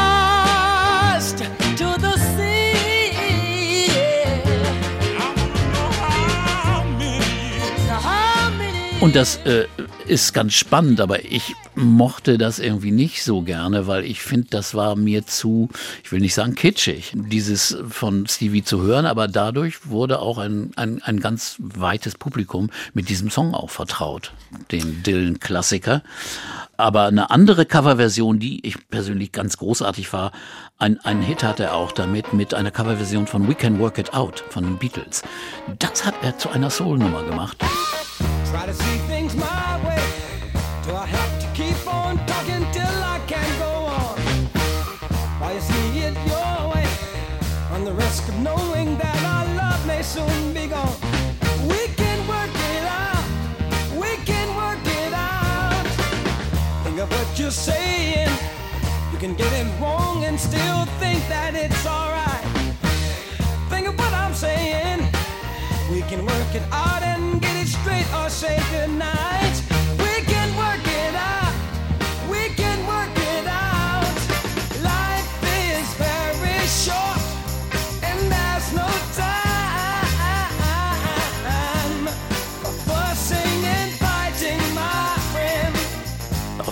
washed to the sea. Yeah. I wanna know how many years. Now, how many Und das äh, ist ganz spannend, aber ich mochte das irgendwie nicht so gerne, weil ich finde, das war mir zu, ich will nicht sagen kitschig, dieses von Stevie zu hören, aber dadurch wurde auch ein, ein, ein ganz weites Publikum mit diesem Song auch vertraut, den Dylan-Klassiker. Aber eine andere Coverversion, die ich persönlich ganz großartig war, ein, ein Hit hatte er auch damit, mit einer Coverversion von We Can Work It Out von den Beatles. Das hat er zu einer Soul-Nummer gemacht. try to see things my way? Do I have to keep on talking till I can't go on? While you see it your way, run the risk of knowing that our love may soon be gone. We can work it out, we can work it out. Think of what you're saying, you can get it wrong and still think that it's alright. Think of what I'm saying, we can work it out and get it straight or say goodnight. We can work it out, we can work it out. Life is very short and there's no time for fussing and fighting, my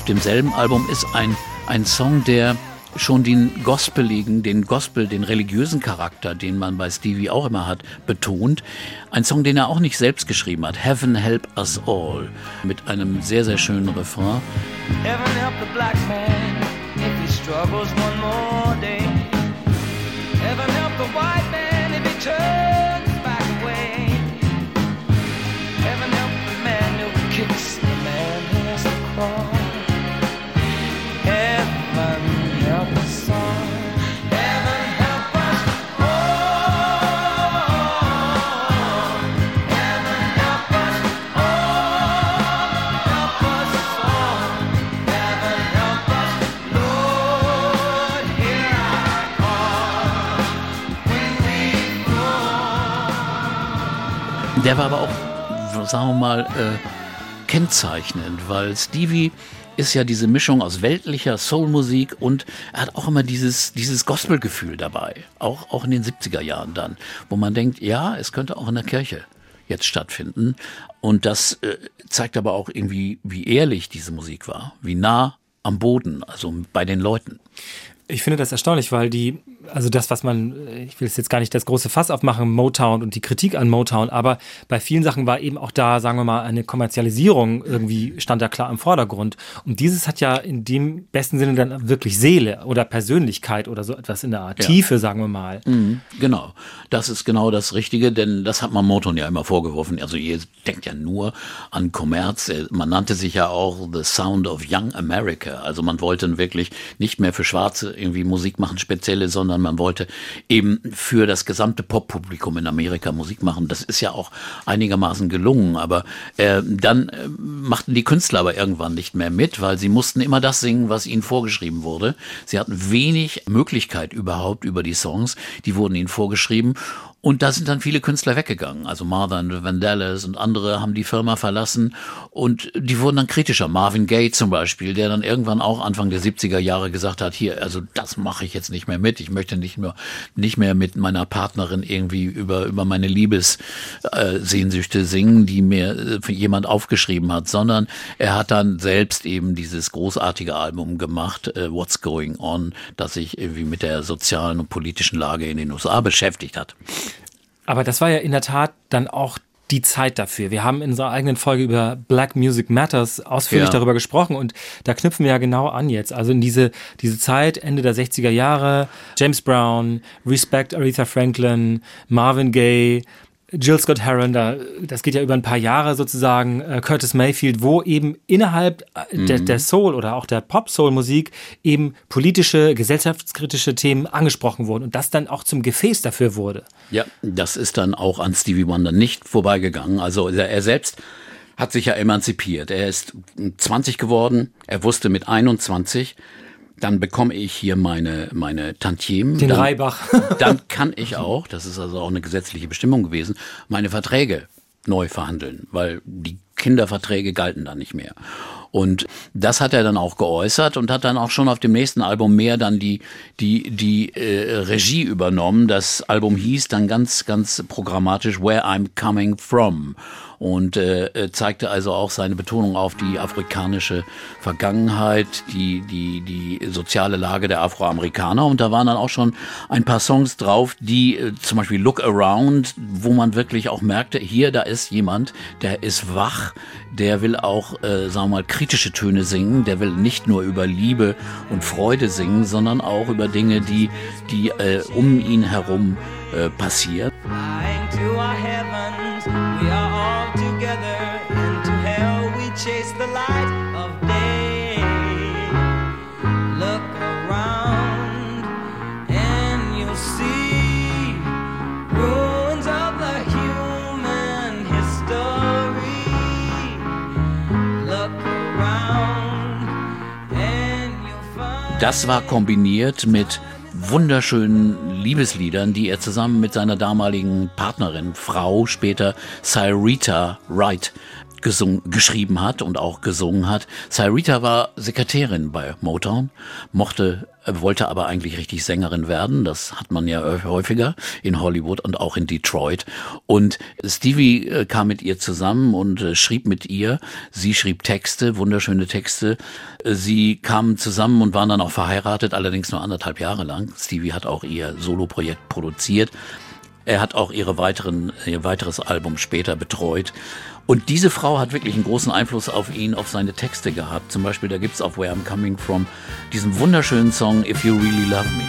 auf demselben Album ist ein, ein Song, der schon den Gospeligen, den Gospel, den religiösen Charakter, den man bei Stevie auch immer hat, betont. Ein Song, den er auch nicht selbst geschrieben hat. Heaven Help Us All. Mit einem sehr, sehr schönen Refrain. Heaven help the black man if he struggles one more day. Heaven help the white man if he turns back away. Heaven help the man who kicks the man who has to crawl. Heaven help us all. Heaven help us all. Heaven help us all. Help us all. Heaven help us, Lord, hear our call when we fall. Der war aber auch, sagen wir mal, äh, kennzeichnend, weil Stevie ist ja diese Mischung aus weltlicher Soulmusik und er hat auch immer dieses, dieses Gospelgefühl dabei. Auch, auch in den siebziger Jahren dann, wo man denkt, ja, es könnte auch in der Kirche jetzt stattfinden. Und das äh, zeigt aber auch irgendwie, wie ehrlich diese Musik war, wie nah am Boden, also bei den Leuten. Ich finde das erstaunlich, weil die, also das, was man, ich will jetzt gar nicht das große Fass aufmachen, Motown und die Kritik an Motown, aber bei vielen Sachen war eben auch da, sagen wir mal, eine Kommerzialisierung irgendwie stand da klar im Vordergrund. Und dieses hat ja in dem besten Sinne dann wirklich Seele oder Persönlichkeit oder so etwas in der Art, ja. Tiefe, sagen wir mal. Mhm, genau, das ist genau das Richtige, denn das hat man Motown ja immer vorgeworfen. Also ihr denkt ja nur an Kommerz. Man nannte sich ja auch The Sound of Young America. Also man wollte wirklich nicht mehr für Schwarze irgendwie Musik machen, spezielle, sondern man wollte eben für das gesamte Poppublikum in Amerika Musik machen. Das ist ja auch einigermaßen gelungen, aber äh, dann äh, machten die Künstler aber irgendwann nicht mehr mit, weil sie mussten immer das singen, was ihnen vorgeschrieben wurde. Sie hatten wenig Möglichkeit überhaupt über die Songs, die wurden ihnen vorgeschrieben. Und da sind dann viele Künstler weggegangen. Also Martha and Vandellas und andere haben die Firma verlassen und die wurden dann kritischer. Marvin Gaye zum Beispiel, der dann irgendwann auch Anfang der siebziger Jahre gesagt hat, hier, also das mache ich jetzt nicht mehr mit. Ich möchte nicht mehr, nicht mehr mit meiner Partnerin irgendwie über, über meine Liebessehnsüchte singen, die mir jemand aufgeschrieben hat, sondern er hat dann selbst eben dieses großartige Album gemacht, What's Going On, das sich irgendwie mit der sozialen und politischen Lage in den U S A beschäftigt hat. Aber das war ja in der Tat dann auch die Zeit dafür. Wir haben in unserer eigenen Folge über Black Music Matters ausführlich ja. darüber gesprochen und da knüpfen wir ja genau an jetzt. Also in diese, diese Zeit, Ende der sechziger Jahre, James Brown, Respect Aretha Franklin, Marvin Gaye, Jill Scott Heron, da, das geht ja über ein paar Jahre sozusagen, äh, Curtis Mayfield, wo eben innerhalb mhm. der, der Soul- oder auch der Pop-Soul-Musik eben politische, gesellschaftskritische Themen angesprochen wurden und das dann auch zum Gefäß dafür wurde. Ja, das ist dann auch an Stevie Wonder nicht vorbeigegangen. Also er selbst hat sich ja emanzipiert. Er ist zwanzig geworden, er wusste mit einundzwanzig, dann bekomme ich hier meine, meine Tantiemen. Den dann, Reibach. Dann kann ich auch, das ist also auch eine gesetzliche Bestimmung gewesen, meine Verträge neu verhandeln, weil die Kinderverträge galten dann nicht mehr. Und das hat er dann auch geäußert und hat dann auch schon auf dem nächsten Album mehr dann die die die äh, Regie übernommen. Das Album hieß dann ganz ganz programmatisch Where I'm Coming From und äh, zeigte also auch seine Betonung auf die afrikanische Vergangenheit, die die die soziale Lage der Afroamerikaner. Und da waren dann auch schon ein paar Songs drauf, die äh, zum Beispiel Look Around, wo man wirklich auch merkte, hier da ist jemand, der ist wach, der will auch, äh, sagen wir mal, kritische Töne singen, der will nicht nur über Liebe und Freude singen, sondern auch über Dinge, die, die äh, um ihn herum äh, passieren. Flying to our heavens, we are all together. Into hell we chase the light of day. Look around and you'll see ruins of the human history. Look around and you'll find. Das war kombiniert mit wunderschönen Liebesliedern, die er zusammen mit seiner damaligen Partnerin, Frau, später Syreeta Wright, gesungen, geschrieben hat und auch gesungen hat. Sarita war Sekretärin bei Motown, mochte, wollte aber eigentlich richtig Sängerin werden. Das hat man ja häufiger in Hollywood und auch in Detroit. Und Stevie äh, kam mit ihr zusammen und äh, schrieb mit ihr. Sie schrieb Texte, wunderschöne Texte. Äh, sie kamen zusammen und waren dann auch verheiratet, allerdings nur anderthalb Jahre lang. Stevie hat auch ihr Soloprojekt produziert. Er hat auch ihre weiteren, ihr weiteres Album später betreut. Und diese Frau hat wirklich einen großen Einfluss auf ihn, auf seine Texte gehabt. Zum Beispiel, da gibt's auf Where I'm Coming From diesen wunderschönen Song If You Really Love Me.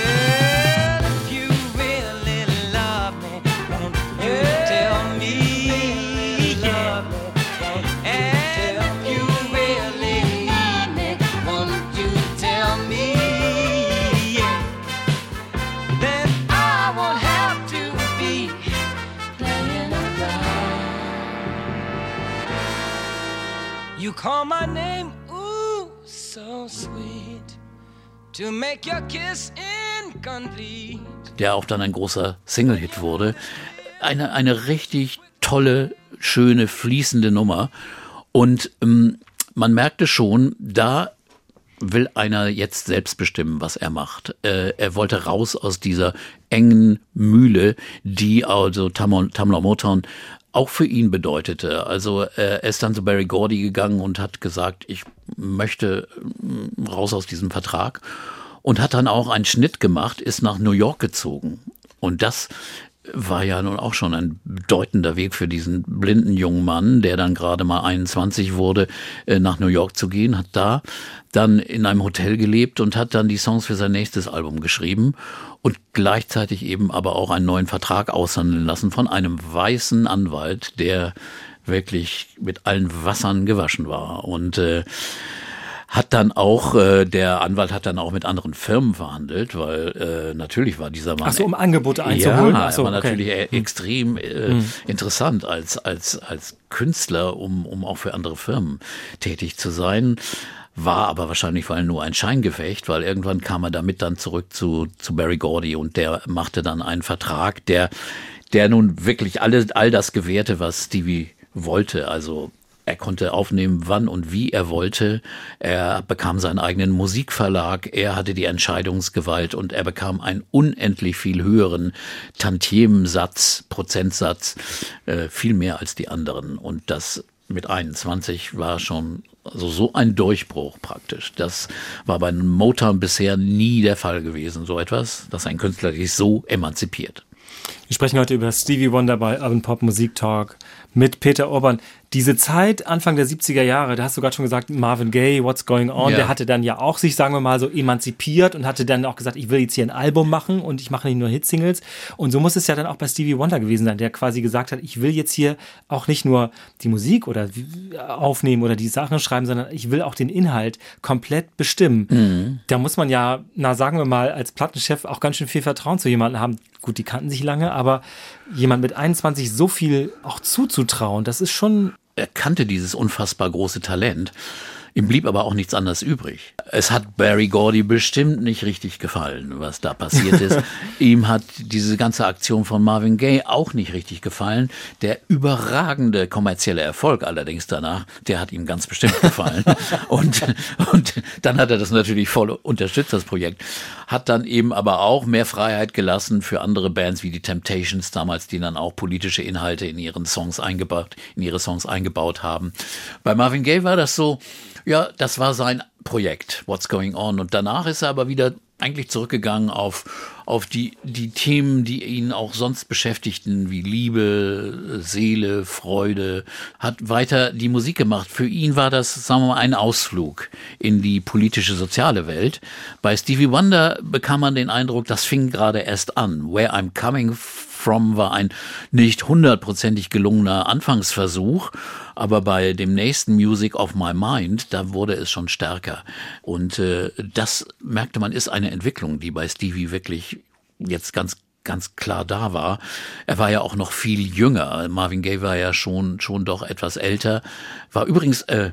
You call my name, ooh, so sweet, to make your kiss incomplete. Der auch dann ein großer Single-Hit wurde. Eine, eine richtig tolle, schöne, fließende Nummer. Und ähm, man merkte schon, da will einer jetzt selbst bestimmen, was er macht. Äh, er wollte raus aus dieser engen Mühle, die also Tamla Motown auch für ihn bedeutete. Also äh, er ist dann zu Berry Gordy gegangen und hat gesagt, ich möchte raus aus diesem Vertrag, und hat dann auch einen Schnitt gemacht, ist nach New York gezogen. Und das war ja nun auch schon ein bedeutender Weg für diesen blinden jungen Mann, der dann gerade mal einundzwanzig wurde, äh, nach New York zu gehen, hat da dann in einem Hotel gelebt und hat dann die Songs für sein nächstes Album geschrieben und gleichzeitig eben aber auch einen neuen Vertrag aushandeln lassen von einem weißen Anwalt, der wirklich mit allen Wassern gewaschen war. Und äh, hat dann auch, äh, der Anwalt hat dann auch mit anderen Firmen verhandelt, weil äh, natürlich war dieser Mann... Ach so, um Angebote einzuholen? Ja, Ach so, er war okay. natürlich äh, extrem äh, Hm. interessant als, als, als Künstler, um, um auch für andere Firmen tätig zu sein. War aber wahrscheinlich vor allem nur ein Scheingefecht, weil irgendwann kam er damit dann zurück zu, zu Berry Gordy, und der machte dann einen Vertrag, der, der nun wirklich alle, all das gewährte, was Stevie wollte. Also er konnte aufnehmen, wann und wie er wollte. Er bekam seinen eigenen Musikverlag. Er hatte die Entscheidungsgewalt, und er bekam einen unendlich viel höheren Tantiemensatz, Prozentsatz, äh, viel mehr als die anderen. Und das mit einundzwanzig war schon also so ein Durchbruch praktisch. Das war bei Motown bisher nie der Fall gewesen, so etwas, dass ein Künstler sich so emanzipiert. Wir sprechen heute über Stevie Wonder bei Urban Pop Musik Talk mit Peter Urban. Diese Zeit, Anfang der siebziger Jahre, da hast du gerade schon gesagt, Marvin Gaye, What's Going On, Ja. der hatte dann ja auch sich, sagen wir mal, so emanzipiert und hatte dann auch gesagt, ich will jetzt hier ein Album machen und ich mache nicht nur Hitsingles. Und so muss es ja dann auch bei Stevie Wonder gewesen sein, der quasi gesagt hat, ich will jetzt hier auch nicht nur die Musik oder aufnehmen oder die Sachen schreiben, sondern ich will auch den Inhalt komplett bestimmen. Mhm. Da muss man ja, na sagen wir mal, als Plattenchef auch ganz schön viel Vertrauen zu jemandem haben. Gut, die kannten sich lange, aber jemand mit einundzwanzig so viel auch zuzutrauen, das ist schon... Er kannte dieses unfassbar große Talent. Ihm blieb aber auch nichts anderes übrig. Es hat Berry Gordy bestimmt nicht richtig gefallen, was da passiert ist. Ihm hat diese ganze Aktion von Marvin Gaye auch nicht richtig gefallen. Der überragende kommerzielle Erfolg allerdings danach, der hat ihm ganz bestimmt gefallen. und, und dann hat er das natürlich voll unterstützt, das Projekt. Hat dann eben aber auch mehr Freiheit gelassen für andere Bands wie die Temptations damals, die dann auch politische Inhalte in ihren Songs eingebaut, in ihre Songs eingebaut haben. Bei Marvin Gaye war das so, ja, das war sein Projekt, What's Going On. Und danach ist er aber wieder eigentlich zurückgegangen auf, auf die, die Themen, die ihn auch sonst beschäftigten, wie Liebe, Seele, Freude, hat weiter die Musik gemacht. Für ihn war das, sagen wir mal, ein Ausflug in die politische, soziale Welt. Bei Stevie Wonder bekam man den Eindruck, das fing gerade erst an. Where I'm Coming From war ein nicht hundertprozentig gelungener Anfangsversuch, aber bei dem nächsten Music of My Mind, da wurde es schon stärker. Und äh, das merkte man, ist eine Entwicklung, die bei Stevie wirklich jetzt ganz ganz klar da war. Er war ja auch noch viel jünger. Marvin Gaye war ja schon schon doch etwas älter. War übrigens äh,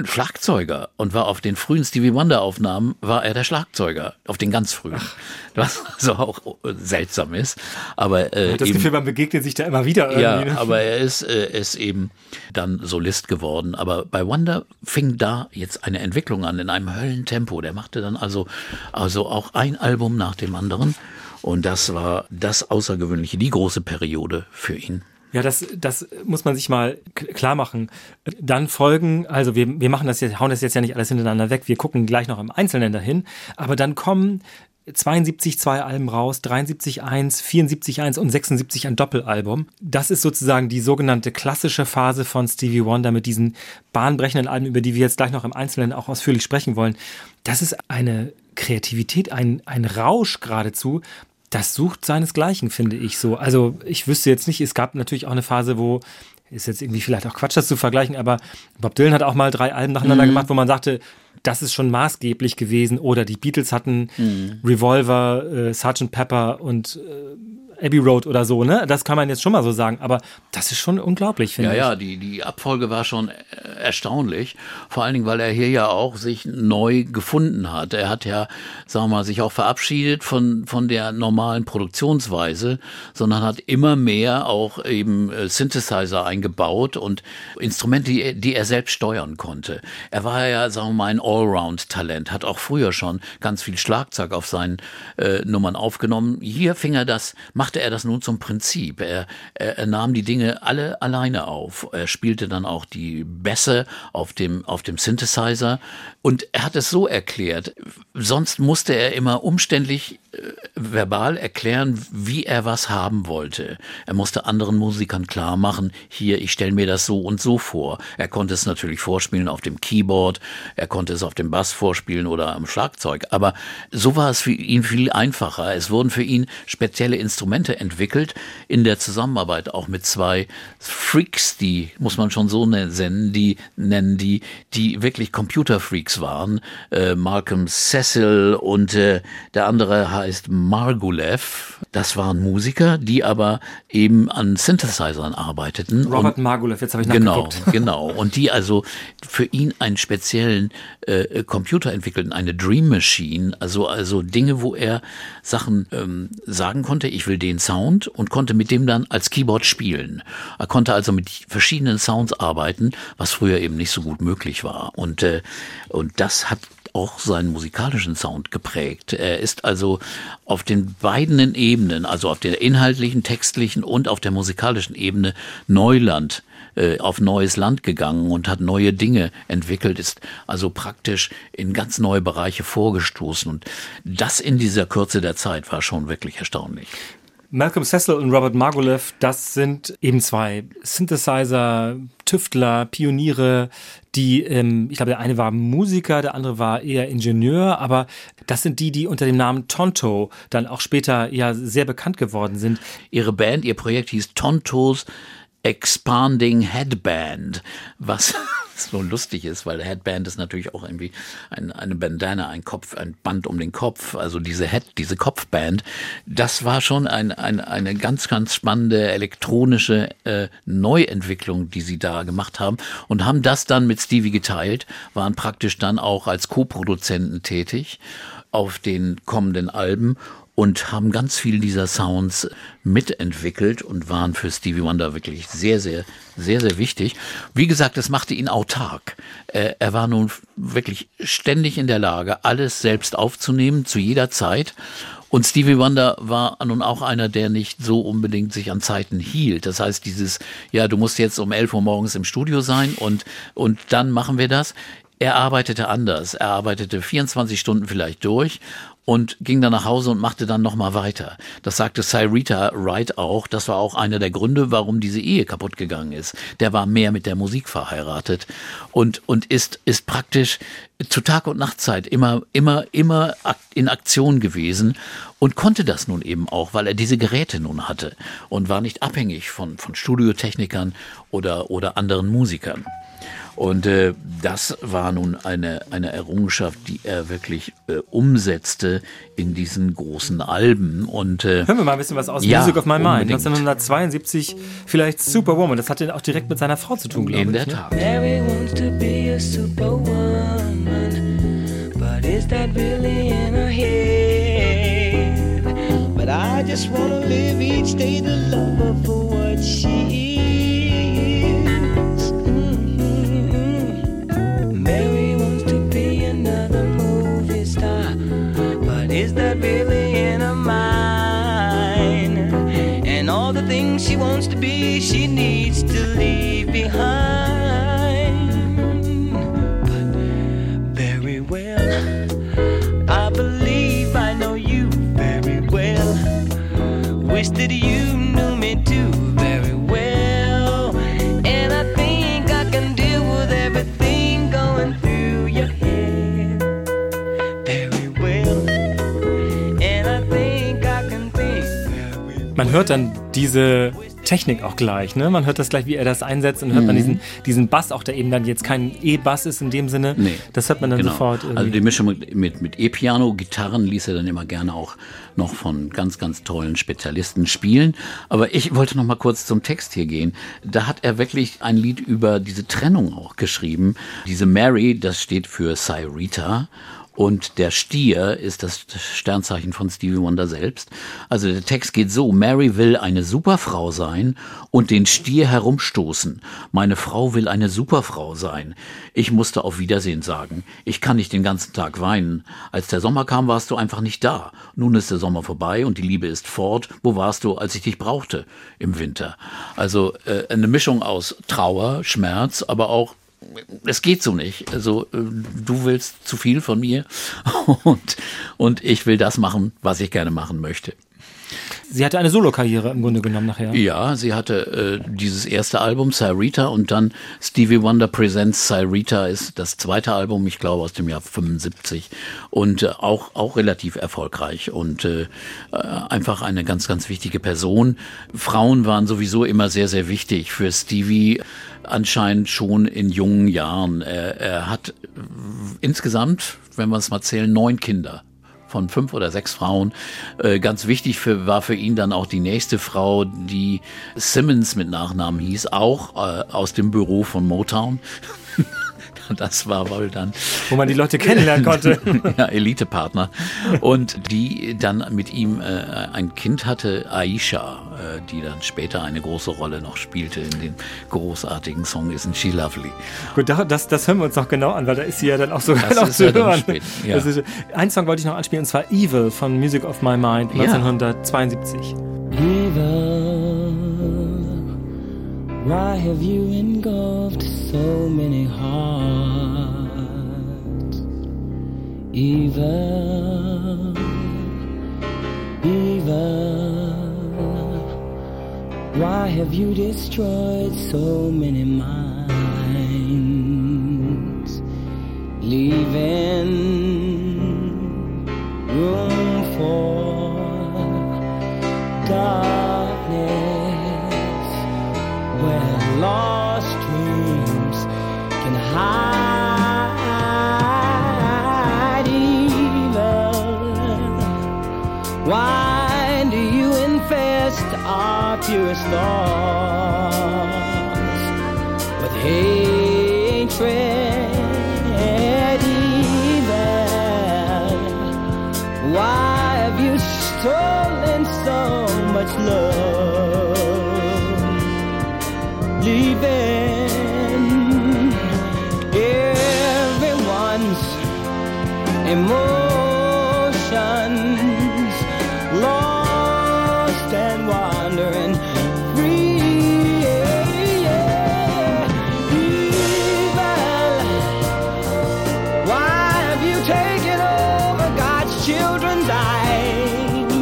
Schlagzeuger und war auf den frühen Stevie Wonder Aufnahmen, war er der Schlagzeuger, auf den ganz frühen. Ach. Was so auch seltsam ist. Aber, äh, das eben, Gefühl, man begegnet sich da immer wieder irgendwie. Ja, ne? aber er ist, äh, ist eben dann Solist geworden. Aber bei Wonder fing da jetzt eine Entwicklung an in einem Höllentempo. Der machte dann also, also auch ein Album nach dem anderen. Und das war das Außergewöhnliche, die große Periode für ihn. Ja, das, das muss man sich mal klar machen. Dann folgen, also wir, wir machen das jetzt, hauen das jetzt ja nicht alles hintereinander weg, wir gucken gleich noch im Einzelnen dahin, aber dann kommen zweiundsiebzig zwei Alben raus, dreiundsiebzig eins, vierundsiebzig eins und sechsundsiebzig ein Doppelalbum. Das ist sozusagen die sogenannte klassische Phase von Stevie Wonder mit diesen bahnbrechenden Alben, über die wir jetzt gleich noch im Einzelnen auch ausführlich sprechen wollen. Das ist eine Kreativität, ein, ein Rausch geradezu. Das sucht seinesgleichen, finde ich so. Also ich wüsste jetzt nicht, es gab natürlich auch eine Phase, wo, ist jetzt irgendwie vielleicht auch Quatsch, das zu vergleichen, aber Bob Dylan hat auch mal drei Alben nacheinander mhm. gemacht, wo man sagte, das ist schon maßgeblich gewesen. Oder die Beatles hatten mhm. Revolver, äh, Sergeant Pepper und äh, Abbey Road oder so, ne? Das kann man jetzt schon mal so sagen, aber das ist schon unglaublich, finde ja, ich. Ja, ja, die, die Abfolge war schon erstaunlich, vor allen Dingen, weil er hier ja auch sich neu gefunden hat. Er hat ja, sagen wir mal, sich auch verabschiedet von, von der normalen Produktionsweise, sondern hat immer mehr auch eben Synthesizer eingebaut und Instrumente, die, die er selbst steuern konnte. Er war ja, sagen wir mal, ein Allround-Talent, hat auch früher schon ganz viel Schlagzeug auf seinen äh, Nummern aufgenommen. Hier fing er das, machte er das nun zum Prinzip. Er, er, er nahm die Dinge alle alleine auf. Er spielte dann auch die Bässe auf dem, auf dem Synthesizer und er hat es so erklärt. Sonst musste er immer umständlich äh, verbal erklären, wie er was haben wollte. Er musste anderen Musikern klar machen, hier, ich stelle mir das so und so vor. Er konnte es natürlich vorspielen auf dem Keyboard, er konnte es auf dem Bass vorspielen oder am Schlagzeug, aber so war es für ihn viel einfacher. Es wurden für ihn spezielle Instrumente entwickelt, in der Zusammenarbeit auch mit zwei Freaks, die, muss man schon so nennen, die nennen die, die wirklich Computerfreaks waren. Äh, Malcolm Cecil und äh, der andere heißt Margouleff. Das waren Musiker, die aber eben an Synthesizern arbeiteten. Robert und, Margouleff, jetzt habe ich genau, nachgeguckt. Genau, und die also für ihn einen speziellen äh, Computer entwickelten, eine Dream Machine, also, also Dinge, wo er Sachen ähm, sagen konnte, ich will den Sound und konnte mit dem dann als Keyboard spielen. Er konnte also mit verschiedenen Sounds arbeiten, was früher eben nicht so gut möglich war. Und, äh, und das hat auch seinen musikalischen Sound geprägt. Er ist also auf den beiden Ebenen, also auf der inhaltlichen, textlichen und auf der musikalischen Ebene Neuland, äh, auf neues Land gegangen und hat neue Dinge entwickelt, ist also praktisch in ganz neue Bereiche vorgestoßen. Und das in dieser Kürze der Zeit war schon wirklich erstaunlich. Malcolm Cecil und Robert Margouleff, das sind eben zwei Synthesizer, Tüftler, Pioniere, die, ähm, ich glaube, der eine war Musiker, der andere war eher Ingenieur, aber das sind die, die unter dem Namen Tonto dann auch später ja sehr bekannt geworden sind. Ihre Band, ihr Projekt hieß Tontos Expanding Headband, was so lustig ist, weil Headband ist natürlich auch irgendwie ein, eine Bandana, ein Kopf, ein Band um den Kopf, also diese Head, diese Kopfband. Das war schon ein, ein, eine ganz, ganz spannende elektronische äh, Neuentwicklung, die sie da gemacht haben und haben das dann mit Stevie geteilt, waren praktisch dann auch als Co-Produzenten tätig auf den kommenden Alben und haben ganz viel dieser Sounds mitentwickelt und waren für Stevie Wonder wirklich sehr, sehr, sehr, sehr wichtig. Wie gesagt, das machte ihn autark. Er war nun wirklich ständig in der Lage, alles selbst aufzunehmen, zu jeder Zeit. Und Stevie Wonder war nun auch einer, der nicht so unbedingt sich an Zeiten hielt. Das heißt, dieses, ja, du musst jetzt um elf Uhr morgens im Studio sein und, und dann machen wir das. Er arbeitete anders. Er arbeitete vierundzwanzig Stunden vielleicht durch und ging dann nach Hause und machte dann nochmal weiter. Das sagte Cyrita Wright auch. Das war auch einer der Gründe, warum diese Ehe kaputt gegangen ist. Der war mehr mit der Musik verheiratet und, und ist, ist praktisch zu Tag- und Nachtzeit immer, immer, immer in Aktion gewesen und konnte das nun eben auch, weil er diese Geräte nun hatte und war nicht abhängig von, von Studiotechnikern oder, oder anderen Musikern. Und äh, das war nun eine, eine Errungenschaft, die er wirklich äh, umsetzte in diesen großen Alben. Und, äh, hören wir mal ein bisschen was aus ja, Music of My Mind. unbedingt. neunzehnhundertzweiundsiebzig vielleicht Superwoman. Das hatte auch direkt mit seiner Frau zu tun, glaube ich. In der ne? Tat. Mary wants to be a superwoman, but is that really in her head? But I just wanna live each day to love her for what she is. Mm-hmm. Mary wants to be another movie star, but is that really in her mind? And all the things she wants to be, she needs to leave behind. But very well, I believe I know you very well. Wish that you knew me too very well. And I think I can deal with everything going through your head very well. And I think I can think very well. Man hört dann diese Technik auch gleich, ne? Man hört das gleich, wie er das einsetzt, und dann hört man diesen, diesen Bass auch, der eben dann jetzt kein E-Bass ist in dem Sinne. Nee, das hört man dann genau. sofort. Irgendwie. Also die Mischung mit, mit, mit E-Piano, Gitarren ließ er dann immer gerne auch noch von ganz, ganz tollen Spezialisten spielen. Aber ich wollte noch mal kurz zum Text hier gehen. Da hat er wirklich ein Lied über diese Trennung auch geschrieben. Diese Mary, das steht für Cyrita. Und der Stier ist das Sternzeichen von Stevie Wonder selbst. Also der Text geht so: Mary will eine Superfrau sein und den Stier herumstoßen. Meine Frau will eine Superfrau sein. Ich musste auf Wiedersehen sagen. Ich kann nicht den ganzen Tag weinen. Als der Sommer kam, warst du einfach nicht da. Nun ist der Sommer vorbei und die Liebe ist fort. Wo warst du, als ich dich brauchte? Im Winter. Also äh, eine Mischung aus Trauer, Schmerz, aber auch es geht so nicht. Also du willst zu viel von mir und, und ich will das machen, was ich gerne machen möchte. Sie hatte eine Solokarriere im Grunde genommen nachher. Ja, sie hatte äh, dieses erste Album, Cyrita, und dann Stevie Wonder Presents Cyrita ist das zweite Album, ich glaube aus dem Jahr fünfundsiebzig, und äh, auch, auch relativ erfolgreich und äh, einfach eine ganz, ganz wichtige Person. Frauen waren sowieso immer sehr, sehr wichtig für Stevie, anscheinend schon in jungen Jahren. Er, er hat insgesamt, wenn wir es mal zählen, neun Kinder von fünf oder sechs Frauen. Äh, ganz wichtig für, war für ihn dann auch die nächste Frau, die Simmons mit Nachnamen hieß, auch äh, aus dem Büro von Motown. Das war wohl dann... Wo man die Leute kennenlernen konnte. Ja, Elitepartner. Und die dann mit ihm äh, ein Kind hatte, Aisha, äh, die dann später eine große Rolle noch spielte in dem großartigen Song Isn't She Lovely. Gut, das, das hören wir uns noch genau an, weil da ist sie ja dann auch sogar Das noch ist zu ja dann hören. spät, ja. Das ist, ein Song wollte ich noch anspielen, und zwar Evil von Music of My Mind Ja. neunzehnhundertzweiundsiebzig. Evil, why have you engulfed so many hearts? Evil, evil, why have you destroyed so many minds? Leaving room for darkness, where lost dreams can hide. Evil, why do you infest our purest thoughts with hatred? Evil, why have you stolen so much love, leaving everyone's emotions lost and wandering free? Evil, why have you taken over God's children's eyes?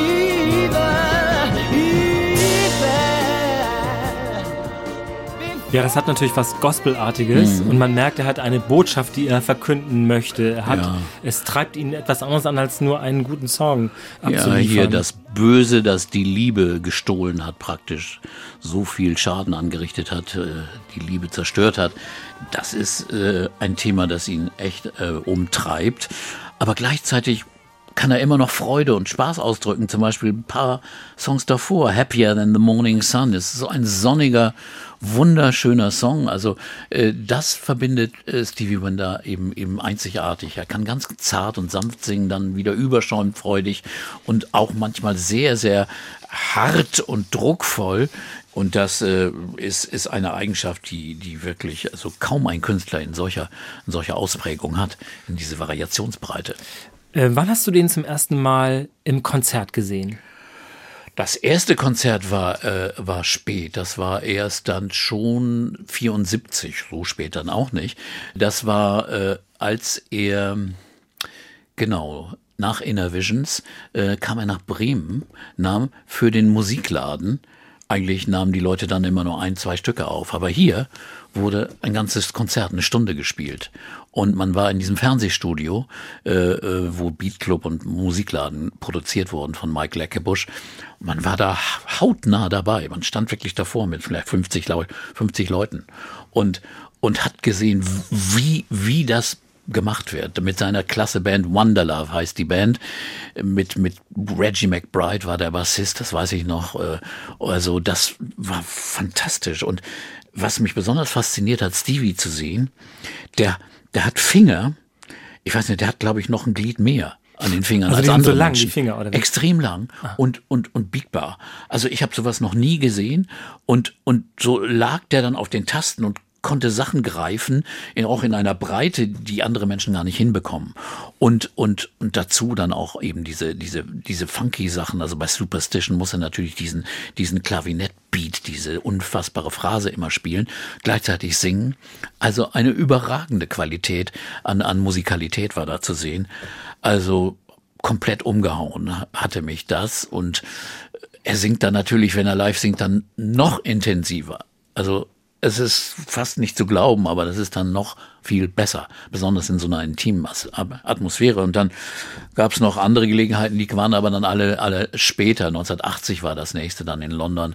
Evil, evil. Ja, das hat natürlich was Gospelartiges mhm. und man merkt, er hat eine Botschaft, die er verkünden möchte. Er hat, ja. Es treibt ihn etwas anderes an, als nur einen guten Song abzuliefern. Ja, hier das Böse, das die Liebe gestohlen hat, praktisch so viel Schaden angerichtet hat, die Liebe zerstört hat. Das ist äh, ein Thema, das ihn echt äh, umtreibt. Aber gleichzeitig kann er immer noch Freude und Spaß ausdrücken. Zum Beispiel ein paar Songs davor. Happier Than the Morning Sun ist so ein sonniger, wunderschöner Song. Also äh, das verbindet äh, Stevie Wonder eben eben einzigartig. Er kann ganz zart und sanft singen, dann wieder überschäumend freudig und auch manchmal sehr, sehr hart und druckvoll. Und das äh, ist, ist eine Eigenschaft, die, die wirklich also kaum ein Künstler in solcher, in solcher Ausprägung hat, in diese Variationsbreite. Äh, wann hast du den zum ersten Mal im Konzert gesehen? Das erste Konzert war, äh, war spät. Das war erst dann schon vierundsiebzig, so spät dann auch nicht. Das war, äh, als er, genau, nach Inner Visions äh, kam er nach Bremen, nahm für den Musikladen, eigentlich nahmen die Leute dann immer nur ein, zwei Stücke auf, aber hier wurde ein ganzes Konzert, eine Stunde gespielt. Und man war in diesem Fernsehstudio, äh, wo Beat Club und Musikladen produziert wurden von Mike Leckebusch. Man war da hautnah dabei. Man stand wirklich davor mit vielleicht fünfzig, Leu- fünfzig Leuten und, und hat gesehen, wie, wie das gemacht wird. Mit seiner klasse Band Wonderlove heißt die Band. Mit, mit Reggie McBride war der Bassist, das weiß ich noch. Also das war fantastisch. Und was mich besonders fasziniert hat, Stevie zu sehen, der, der hat Finger, ich weiß nicht, der hat, glaube ich, noch ein Glied mehr an den Fingern also als die andere sind so lang, Menschen. Die Finger, oder wie? Extrem lang ah. und, und, und biegbar. Also ich habe sowas noch nie gesehen und, und so lag der dann auf den Tasten und konnte Sachen greifen, in, auch in einer Breite, die andere Menschen gar nicht hinbekommen. Und, und, und dazu dann auch eben diese, diese, diese funky Sachen. Also bei Superstition muss er natürlich diesen, diesen Klavinettbeat, diese unfassbare Phrase immer spielen, gleichzeitig singen. Also eine überragende Qualität an, an Musikalität war da zu sehen. Also komplett umgehauen hatte mich das. Und er singt dann natürlich, wenn er live singt, dann noch intensiver. Also es ist fast nicht zu glauben, aber das ist dann noch viel besser, besonders in so einer intimen Atmosphäre. Und dann gab es noch andere Gelegenheiten, die waren aber dann alle alle später. neunzehnhundertachtzig war das nächste dann in London,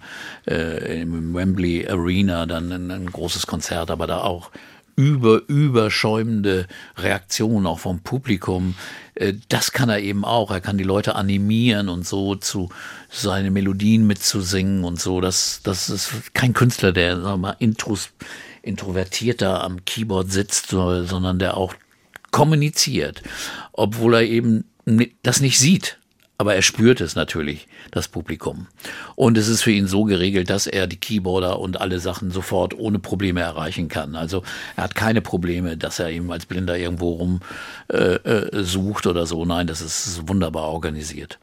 äh, im Wembley Arena, dann ein, ein großes Konzert, aber da auch über, überschäumende Reaktionen auch vom Publikum. Das kann er eben auch. Er kann die Leute animieren und so zu seine Melodien mitzusingen und so. Das, das ist kein Künstler, der, sagen wir mal, intros, introvertiert da am Keyboard sitzt, sondern der auch kommuniziert, obwohl er eben das nicht sieht. Aber er spürt es natürlich, das Publikum. Und es ist für ihn so geregelt, dass er die Keyboarder und alle Sachen sofort ohne Probleme erreichen kann. Also er hat keine Probleme, dass er eben als Blinder irgendwo rum äh, äh, sucht oder so. Nein, das ist wunderbar organisiert.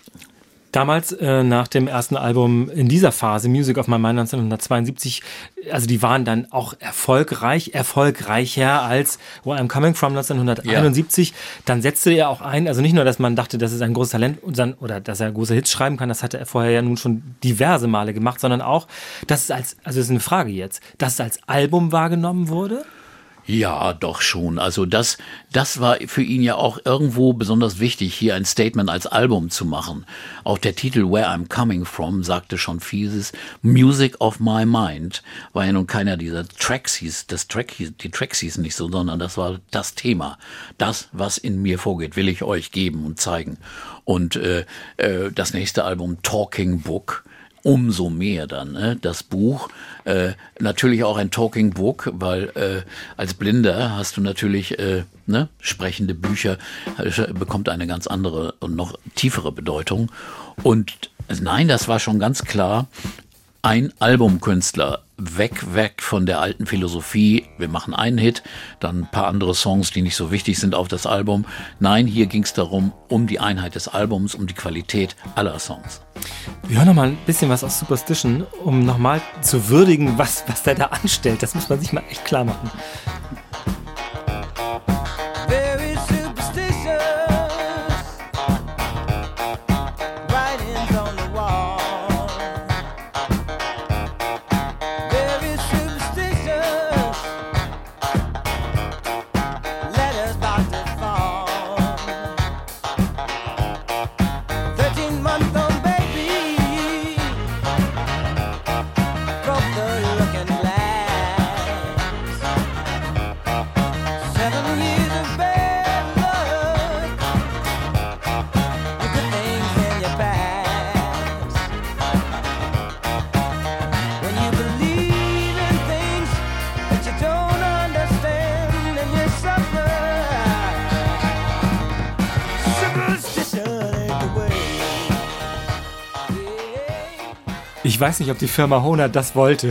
Damals, äh, nach dem ersten Album in dieser Phase, Music of My Mind neunzehnhundertzweiundsiebzig, also die waren dann auch erfolgreich, erfolgreicher als Where I'm Coming From neunzehnhunderteinundsiebzig. Ja. Dann setzte er auch ein, also nicht nur, dass man dachte, das ist ein großes Talent oder dass er große Hits schreiben kann, das hatte er vorher ja nun schon diverse Male gemacht, sondern auch, dass es als, also das ist eine Frage jetzt, dass es als Album wahrgenommen wurde? Ja, doch schon. Also das, das war für ihn ja auch irgendwo besonders wichtig, hier ein Statement als Album zu machen. Auch der Titel Where I'm Coming From sagte schon vieles. Music of My Mind war ja nun keiner dieser Tracks hieß, das Track hieß, die Tracks hießen nicht so, sondern das war das Thema. Das, was in mir vorgeht, will ich euch geben und zeigen. Und äh, äh, das nächste Album Talking Book, umso mehr dann, ne? Das Buch, äh, natürlich auch ein Talking Book, weil äh, als Blinder hast du natürlich äh, ne, sprechende Bücher, äh, bekommt eine ganz andere und noch tiefere Bedeutung. Und nein, das war schon ganz klar, ein Albumkünstler, weg, weg von der alten Philosophie, wir machen einen Hit, dann ein paar andere Songs, die nicht so wichtig sind auf das Album. Nein, hier ging es darum, um die Einheit des Albums, um die Qualität aller Songs. Wir hören noch mal ein bisschen was aus Superstition, um noch mal zu würdigen, was, was der da anstellt. Das muss man sich mal echt klar machen. Very superstitious. Ich weiß nicht, ob die Firma Hohner das wollte.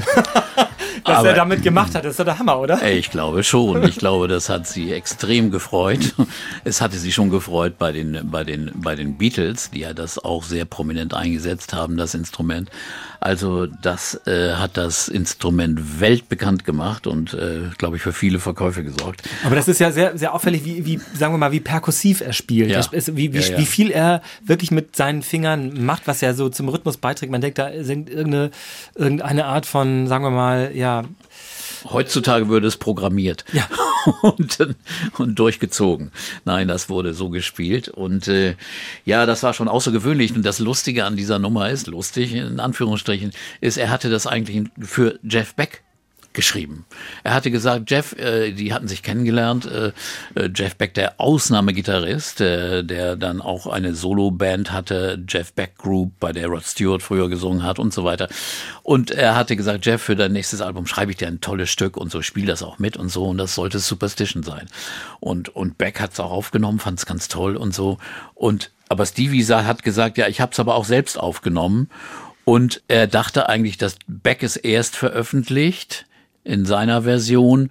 Was Aber er damit gemacht hat, das ist doch der Hammer, oder? Ich glaube schon. Ich glaube, das hat sie extrem gefreut. Es hatte sie schon gefreut bei den, bei den, bei den Beatles, die ja das auch sehr prominent eingesetzt haben, das Instrument. Also das äh, hat das Instrument weltbekannt gemacht und, äh, glaube ich, für viele Verkäufe gesorgt. Aber das ist ja sehr, sehr auffällig, wie, wie sagen wir mal, wie perkussiv er spielt. Ja. Er, wie, wie, ja, ja. wie viel er wirklich mit seinen Fingern macht, was ja so zum Rhythmus beiträgt. Man denkt, da singt irgendeine, irgendeine Art von, sagen wir mal, ja... Heutzutage würde es programmiert ja. und, und durchgezogen. Nein, das wurde so gespielt und äh, ja, das war schon außergewöhnlich. Und das Lustige an dieser Nummer ist, lustig in Anführungsstrichen, ist, er hatte das eigentlich für Jeff Beck geschrieben. Er hatte gesagt, Jeff, äh, die hatten sich kennengelernt, äh, Jeff Beck, der Ausnahmegitarrist, äh, der dann auch eine Solo-Band hatte, Jeff Beck Group, bei der Rod Stewart früher gesungen hat und so weiter. Und er hatte gesagt, Jeff, für dein nächstes Album schreibe ich dir ein tolles Stück und so, spiel das auch mit und so, und das sollte Superstition sein. Und, und Beck hat es auch aufgenommen, fand es ganz toll und so. Und aber Stevie hat gesagt, ja, ich habe es aber auch selbst aufgenommen. Und er dachte eigentlich, dass Beck es erst veröffentlicht in seiner Version,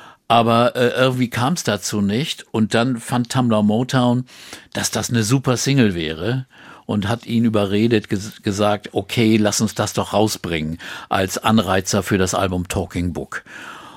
aber äh, irgendwie kam es dazu nicht. Und dann fand Tamla Motown, dass das eine super Single wäre und hat ihn überredet, ges- gesagt, okay, lass uns das doch rausbringen als Anreizer für das Album Talking Book.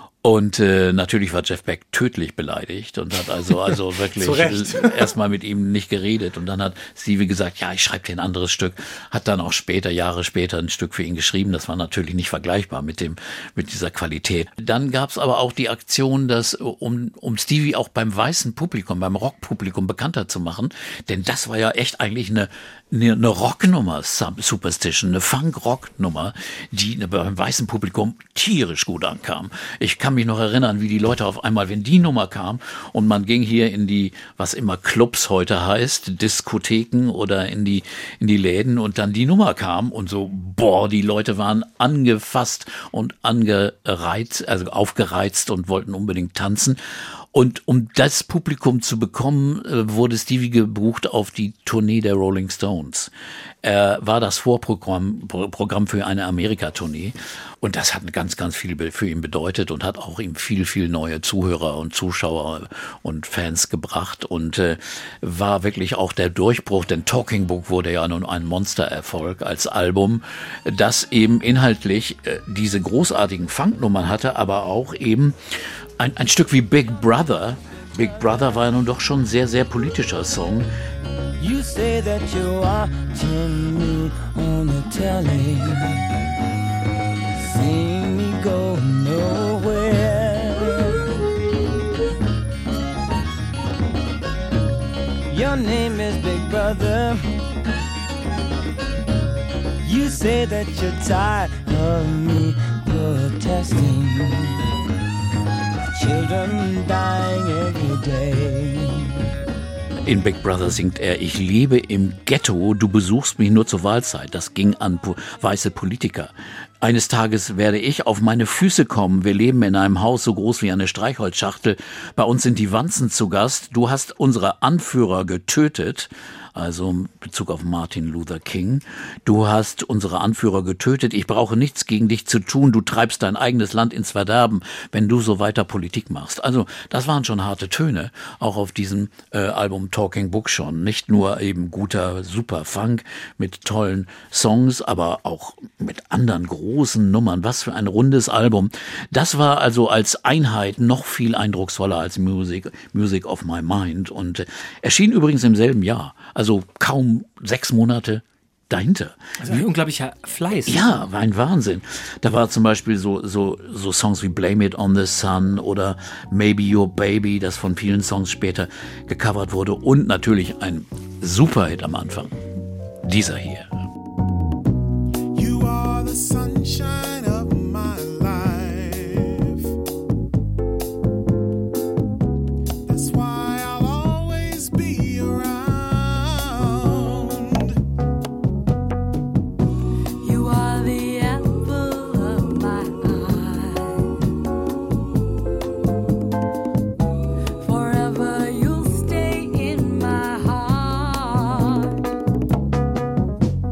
Und äh, natürlich war Jeff Beck tödlich beleidigt und hat also also wirklich erstmal mit ihm nicht geredet. Und dann hat Stevie gesagt, ja, ich schreibe dir ein anderes Stück. Hat dann auch später, Jahre später, ein Stück für ihn geschrieben. Das war natürlich nicht vergleichbar mit dem mit dieser Qualität. Dann gab es aber auch die Aktion, dass um um Stevie auch beim weißen Publikum, beim Rockpublikum bekannter zu machen, denn das war ja echt eigentlich eine eine, eine Rocknummer, Superstition, eine Funk-Rock-Nummer, die beim weißen Publikum tierisch gut ankam. Ich kann mich noch erinnern, wie die Leute auf einmal, wenn die Nummer kam und man ging hier in die, was immer Clubs heute heißt, Diskotheken oder in die in die Läden und dann die Nummer kam und so, boah, die Leute waren angefasst und angereizt, also aufgereizt und wollten unbedingt tanzen. Und um das Publikum zu bekommen, wurde Stevie gebucht auf die Tournee der Rolling Stones. Er war das Vorprogramm Programm für eine Amerika-Tournee. Und das hat ganz, ganz viel für ihn bedeutet und hat auch ihm viel, viel neue Zuhörer und Zuschauer und Fans gebracht und äh, war wirklich auch der Durchbruch, denn Talking Book wurde ja nun ein Monstererfolg als Album, das eben inhaltlich äh, diese großartigen Funknummern hatte, aber auch eben ein, ein Stück wie Big Brother. Big Brother war ja nun doch schon ein sehr, sehr politischer Song. You say that you're watching me on the telly. See me go nowhere. Your name is Big Brother. You say that you're tired of me protesting. Children dying every day. In Big Brother singt er, ich lebe im Ghetto, du besuchst mich nur zur Wahlzeit. Das ging an po- weiße Politiker. Eines Tages werde ich auf meine Füße kommen. Wir leben in einem Haus so groß wie eine Streichholzschachtel. Bei uns sind die Wanzen zu Gast. Du hast unsere Anführer getötet. Also in Bezug auf Martin Luther King. Du hast unsere Anführer getötet. Ich brauche nichts gegen dich zu tun. Du treibst dein eigenes Land ins Verderben, wenn du so weiter Politik machst. Also das waren schon harte Töne, auch auf diesem äh, Album Talking Book schon. Nicht nur eben guter, super Funk mit tollen Songs, aber auch mit anderen großen Nummern. Was für ein rundes Album. Das war also als Einheit noch viel eindrucksvoller als Music, Music of My Mind und äh, erschien übrigens im selben Jahr. Also kaum sechs Monate dahinter. Also ein unglaublicher Fleiß. Ja, war ein Wahnsinn. Da war zum Beispiel so, so, so Songs wie Blame It on the Sun oder Maybe Your Baby, das von vielen Songs später gecovert wurde. Und natürlich ein Superhit am Anfang. Dieser hier. You are the sunshine of my life. That's why I'll always be around. You are the apple of my eye. Forever you'll stay in my heart.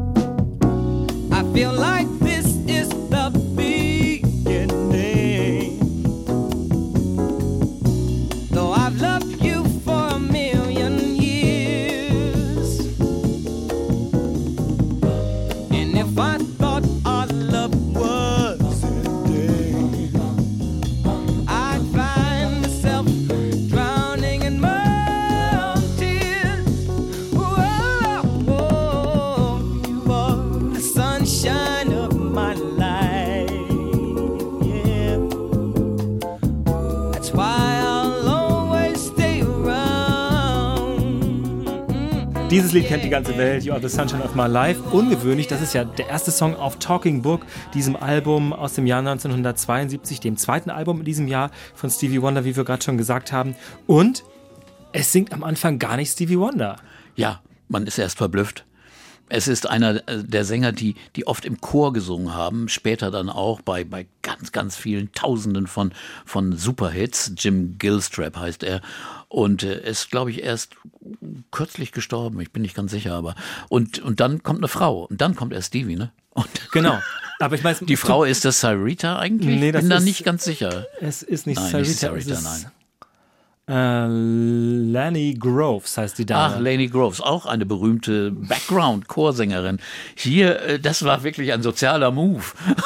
love was ending, I'd find myself drowning in my own tears. Whoa, whoa, you are the sunshine of my life. Yeah, that's why I'll always stay around. Mm-mm. Dieses Lied kennt die ganze Welt, You Are the Sunshine of My Life. Ungewöhnlich, das ist ja der erste Song auf Talking Book, diesem Album aus dem Jahr neunzehnhundertzweiundsiebzig, dem zweiten Album in diesem Jahr von Stevie Wonder, wie wir gerade schon gesagt haben. Und es singt am Anfang gar nicht Stevie Wonder. Ja, man ist erst verblüfft. Es ist einer der Sänger, die, die oft im Chor gesungen haben, später dann auch bei, bei ganz, ganz vielen Tausenden von, von Superhits. Jim Gilstrap heißt er. Und äh, ist, glaube ich, erst kürzlich gestorben. Ich bin nicht ganz sicher, aber. Und, und dann kommt eine Frau. Und dann kommt erst Stevie, ne? Und Genau. Aber ich meine, die Frau, ist das Sarita eigentlich? Nee, das bin da ist- nicht ganz sicher. Es ist nicht Nein, Sarita, nicht Sarita, es ist nein. Äh, Lenny Groves heißt die Dame. Ach, Lenny Groves, auch eine berühmte Background-Chorsängerin. Hier, äh, das war wirklich ein sozialer Move.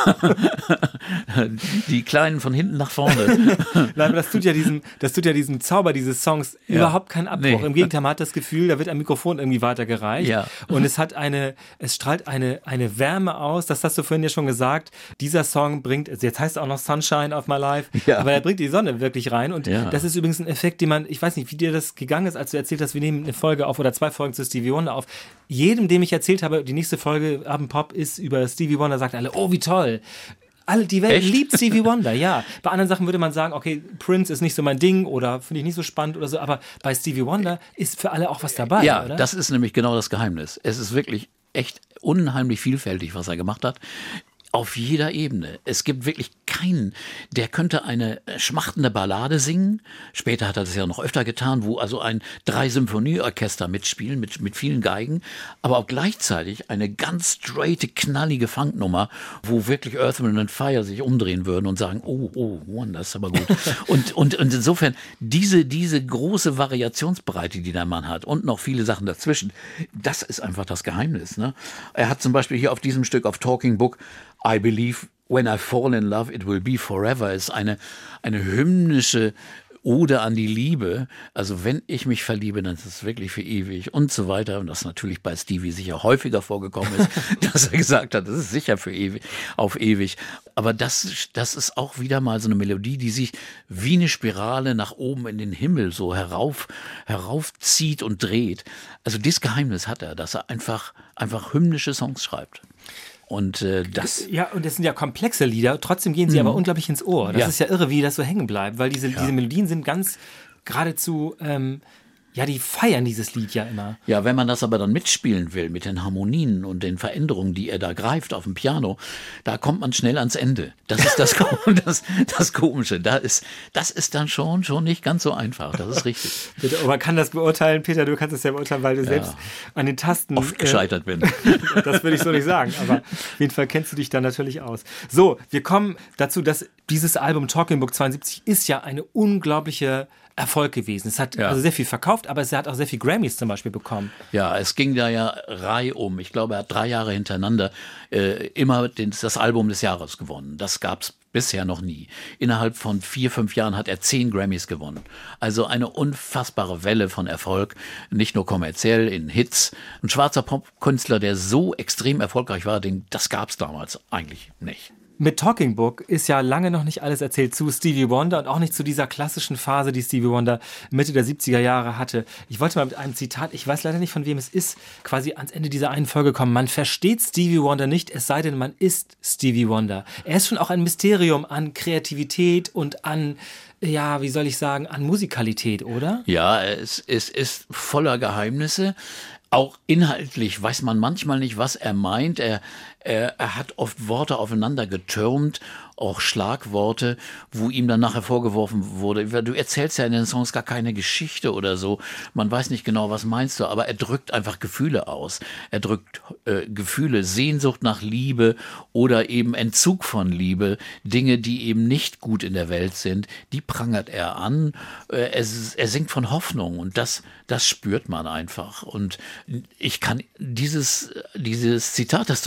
Die Kleinen von hinten nach vorne. Nein, aber das tut ja diesen, das tut ja diesen Zauber dieses Songs Ja. überhaupt keinen Abbruch. Nee. Im Gegenteil, man hat das Gefühl, da wird ein Mikrofon irgendwie weitergereicht. Ja. Und es hat eine, es strahlt eine, eine Wärme aus. Das hast du vorhin ja schon gesagt. Dieser Song bringt, also jetzt heißt es auch noch Sunshine of My Life, Ja. aber er bringt die Sonne wirklich rein. Und Ja. das ist übrigens ein Effekt, den man, ich weiß nicht, wie dir das gegangen ist, als du erzählt hast, wir nehmen eine Folge auf oder zwei Folgen zu Stevie Wonder auf. Jedem, dem ich erzählt habe, die nächste Folge Abend Pop ist über Stevie Wonder, sagt alle, oh, wie toll. Alle, die Welt Echt? liebt Stevie Wonder, ja. Bei anderen Sachen würde man sagen, okay, Prince ist nicht so mein Ding oder finde ich nicht so spannend oder so, aber bei Stevie Wonder ist für alle auch was dabei, Ja, oder? das ist nämlich genau das Geheimnis. Es ist wirklich echt unheimlich vielfältig, was er gemacht hat. Auf jeder Ebene. Es gibt wirklich keinen, der könnte eine schmachtende Ballade singen. Später hat er das ja noch öfter getan, wo also ein Drei-Symphonieorchester mitspielen, mit, mit vielen Geigen, aber auch gleichzeitig eine ganz straighte, knallige Funknummer, wo wirklich Earth, Wind and Fire sich umdrehen würden und sagen, oh, oh, Wonder, das ist aber gut. und, und, und insofern, diese, diese große Variationsbreite, die der Mann hat und noch viele Sachen dazwischen, das ist einfach das Geheimnis. Ne? Er hat zum Beispiel hier auf diesem Stück, auf Talking Book, I believe when I fall in love, it will be forever, ist eine, eine hymnische Ode an die Liebe. Also wenn ich mich verliebe, dann ist es wirklich für ewig und so weiter. Und das natürlich bei Stevie sicher häufiger vorgekommen ist, dass er gesagt hat, das ist sicher für ewig, auf ewig. Aber das, das ist auch wieder mal so eine Melodie, die sich wie eine Spirale nach oben in den Himmel so herauf, heraufzieht und dreht. Also dieses Geheimnis hat er, dass er einfach, einfach hymnische Songs schreibt. Und äh, das. Ja, und das sind ja komplexe Lieder, trotzdem gehen sie aber unglaublich ins Ohr. Das Ja. ist ja irre, wie das so hängen bleibt, weil diese, diese Melodien sind ganz geradezu, ähm, ja, die feiern dieses Lied ja immer. Ja, wenn man das aber dann mitspielen will mit den Harmonien und den Veränderungen, die er da greift auf dem Piano, da kommt man schnell ans Ende. Das ist das, das, das Komische. Da ist, das ist dann schon, schon nicht ganz so einfach. Das ist richtig. Bitte, aber man kann das beurteilen, Peter, du kannst es ja beurteilen, weil du selbst an den Tasten Oft gescheitert bin. Äh, das würde ich so nicht sagen, aber auf jeden Fall kennst du dich da natürlich aus. So, wir kommen dazu, dass dieses Album Talking Book zweiundsiebzig ist ja eine unglaubliche Erfolg gewesen. Es hat Ja. also sehr viel verkauft, aber es hat auch sehr viel Grammys zum Beispiel bekommen. Ja, es ging da ja reihum. Ich glaube, er hat drei Jahre hintereinander äh, immer den, das Album des Jahres gewonnen. Das gab's bisher noch nie. Innerhalb von vier, fünf Jahren hat er zehn Grammys gewonnen. Also eine unfassbare Welle von Erfolg, nicht nur kommerziell in Hits. Ein schwarzer Popkünstler, der so extrem erfolgreich war, den, das gab's damals eigentlich nicht. Mit Talking Book ist ja lange noch nicht alles erzählt zu Stevie Wonder und auch nicht zu dieser klassischen Phase, die Stevie Wonder Mitte der siebziger Jahre hatte. Ich wollte mal mit einem Zitat, ich weiß leider nicht, von wem es ist, quasi ans Ende dieser einen Folge kommen. Man versteht Stevie Wonder nicht, es sei denn, man ist Stevie Wonder. Er ist schon auch ein Mysterium an Kreativität und an, ja, wie soll ich sagen, an Musikalität, oder? Ja, es, es ist voller Geheimnisse. Auch inhaltlich weiß man manchmal nicht, was er meint. Er, er, er hat oft Worte aufeinander getürmt, auch Schlagworte, wo ihm dann nachher vorgeworfen wurde, du erzählst ja in den Songs gar keine Geschichte oder so. Man weiß nicht genau, was meinst du, aber er drückt einfach Gefühle aus. Er drückt äh, Gefühle, Sehnsucht nach Liebe oder eben Entzug von Liebe, Dinge, die eben nicht gut in der Welt sind, die prangert er an. Äh, er, er singt von Hoffnung und das, das spürt man einfach. Und ich kann dieses, dieses Zitat, das du gerade gesagt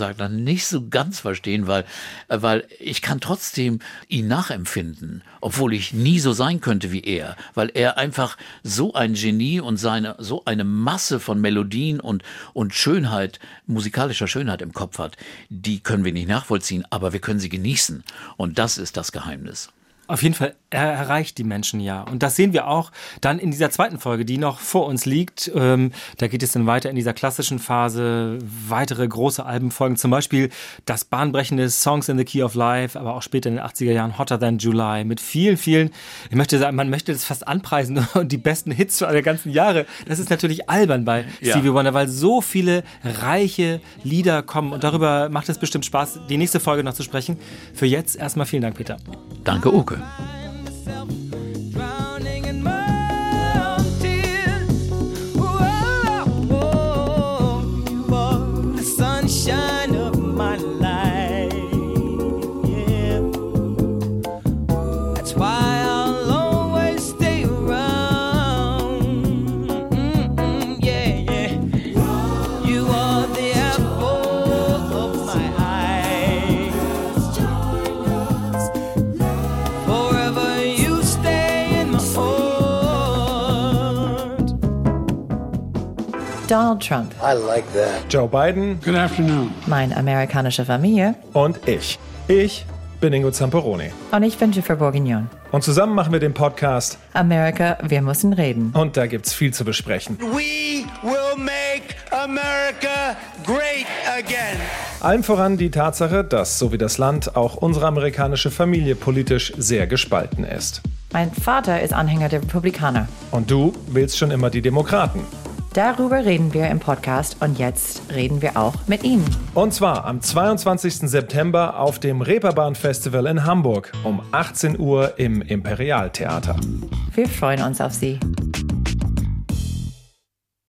Wagner nicht so ganz verstehen, weil, weil ich kann trotzdem ihn nachempfinden, obwohl ich nie so sein könnte wie er, weil er einfach so ein Genie und seine, so eine Masse von Melodien und, und Schönheit, musikalischer Schönheit im Kopf hat, die können wir nicht nachvollziehen, aber wir können sie genießen. Und das ist das Geheimnis. Auf jeden Fall, er erreicht die Menschen ja. Und das sehen wir auch dann in dieser zweiten Folge, die noch vor uns liegt. Ähm, da geht es dann weiter in dieser klassischen Phase, weitere große Albenfolgen, zum Beispiel das bahnbrechende Songs in the Key of Life, aber auch später in den achtziger Jahren Hotter Than July mit vielen, vielen, ich möchte sagen, man möchte das fast anpreisen und die besten Hits der ganzen Jahre. Das ist natürlich albern bei Ja. Stevie Wonder, weil so viele reiche Lieder kommen und darüber macht es bestimmt Spaß, die nächste Folge noch zu sprechen. Für jetzt erstmal vielen Dank, Peter. Danke, Uke. Drowning in my own tears. Whoa, whoa, you are the sunshine of my life. Yeah, that's why I'll always stay around. Mm-mm, yeah, yeah. You are the apple of my eye. Forever you stay in my heart. Donald Trump, I like that. Joe Biden Good afternoon. meine amerikanische Familie und ich. Ich bin Ingo Zamperoni. und ich bin Jennifer Bourguignon. Und zusammen machen wir den Podcast Amerika, wir müssen reden. und da gibt's viel zu besprechen. We will make America great again. Allem voran die Tatsache, dass, so wie das Land, auch unsere amerikanische Familie politisch sehr gespalten ist. Mein Vater ist Anhänger der Republikaner. Und du wählst schon immer die Demokraten. Darüber reden wir im Podcast und jetzt reden wir auch mit Ihnen. Und zwar am zweiundzwanzigsten September auf dem Reeperbahn Festival in Hamburg um achtzehn Uhr im Imperialtheater. Wir freuen uns auf Sie.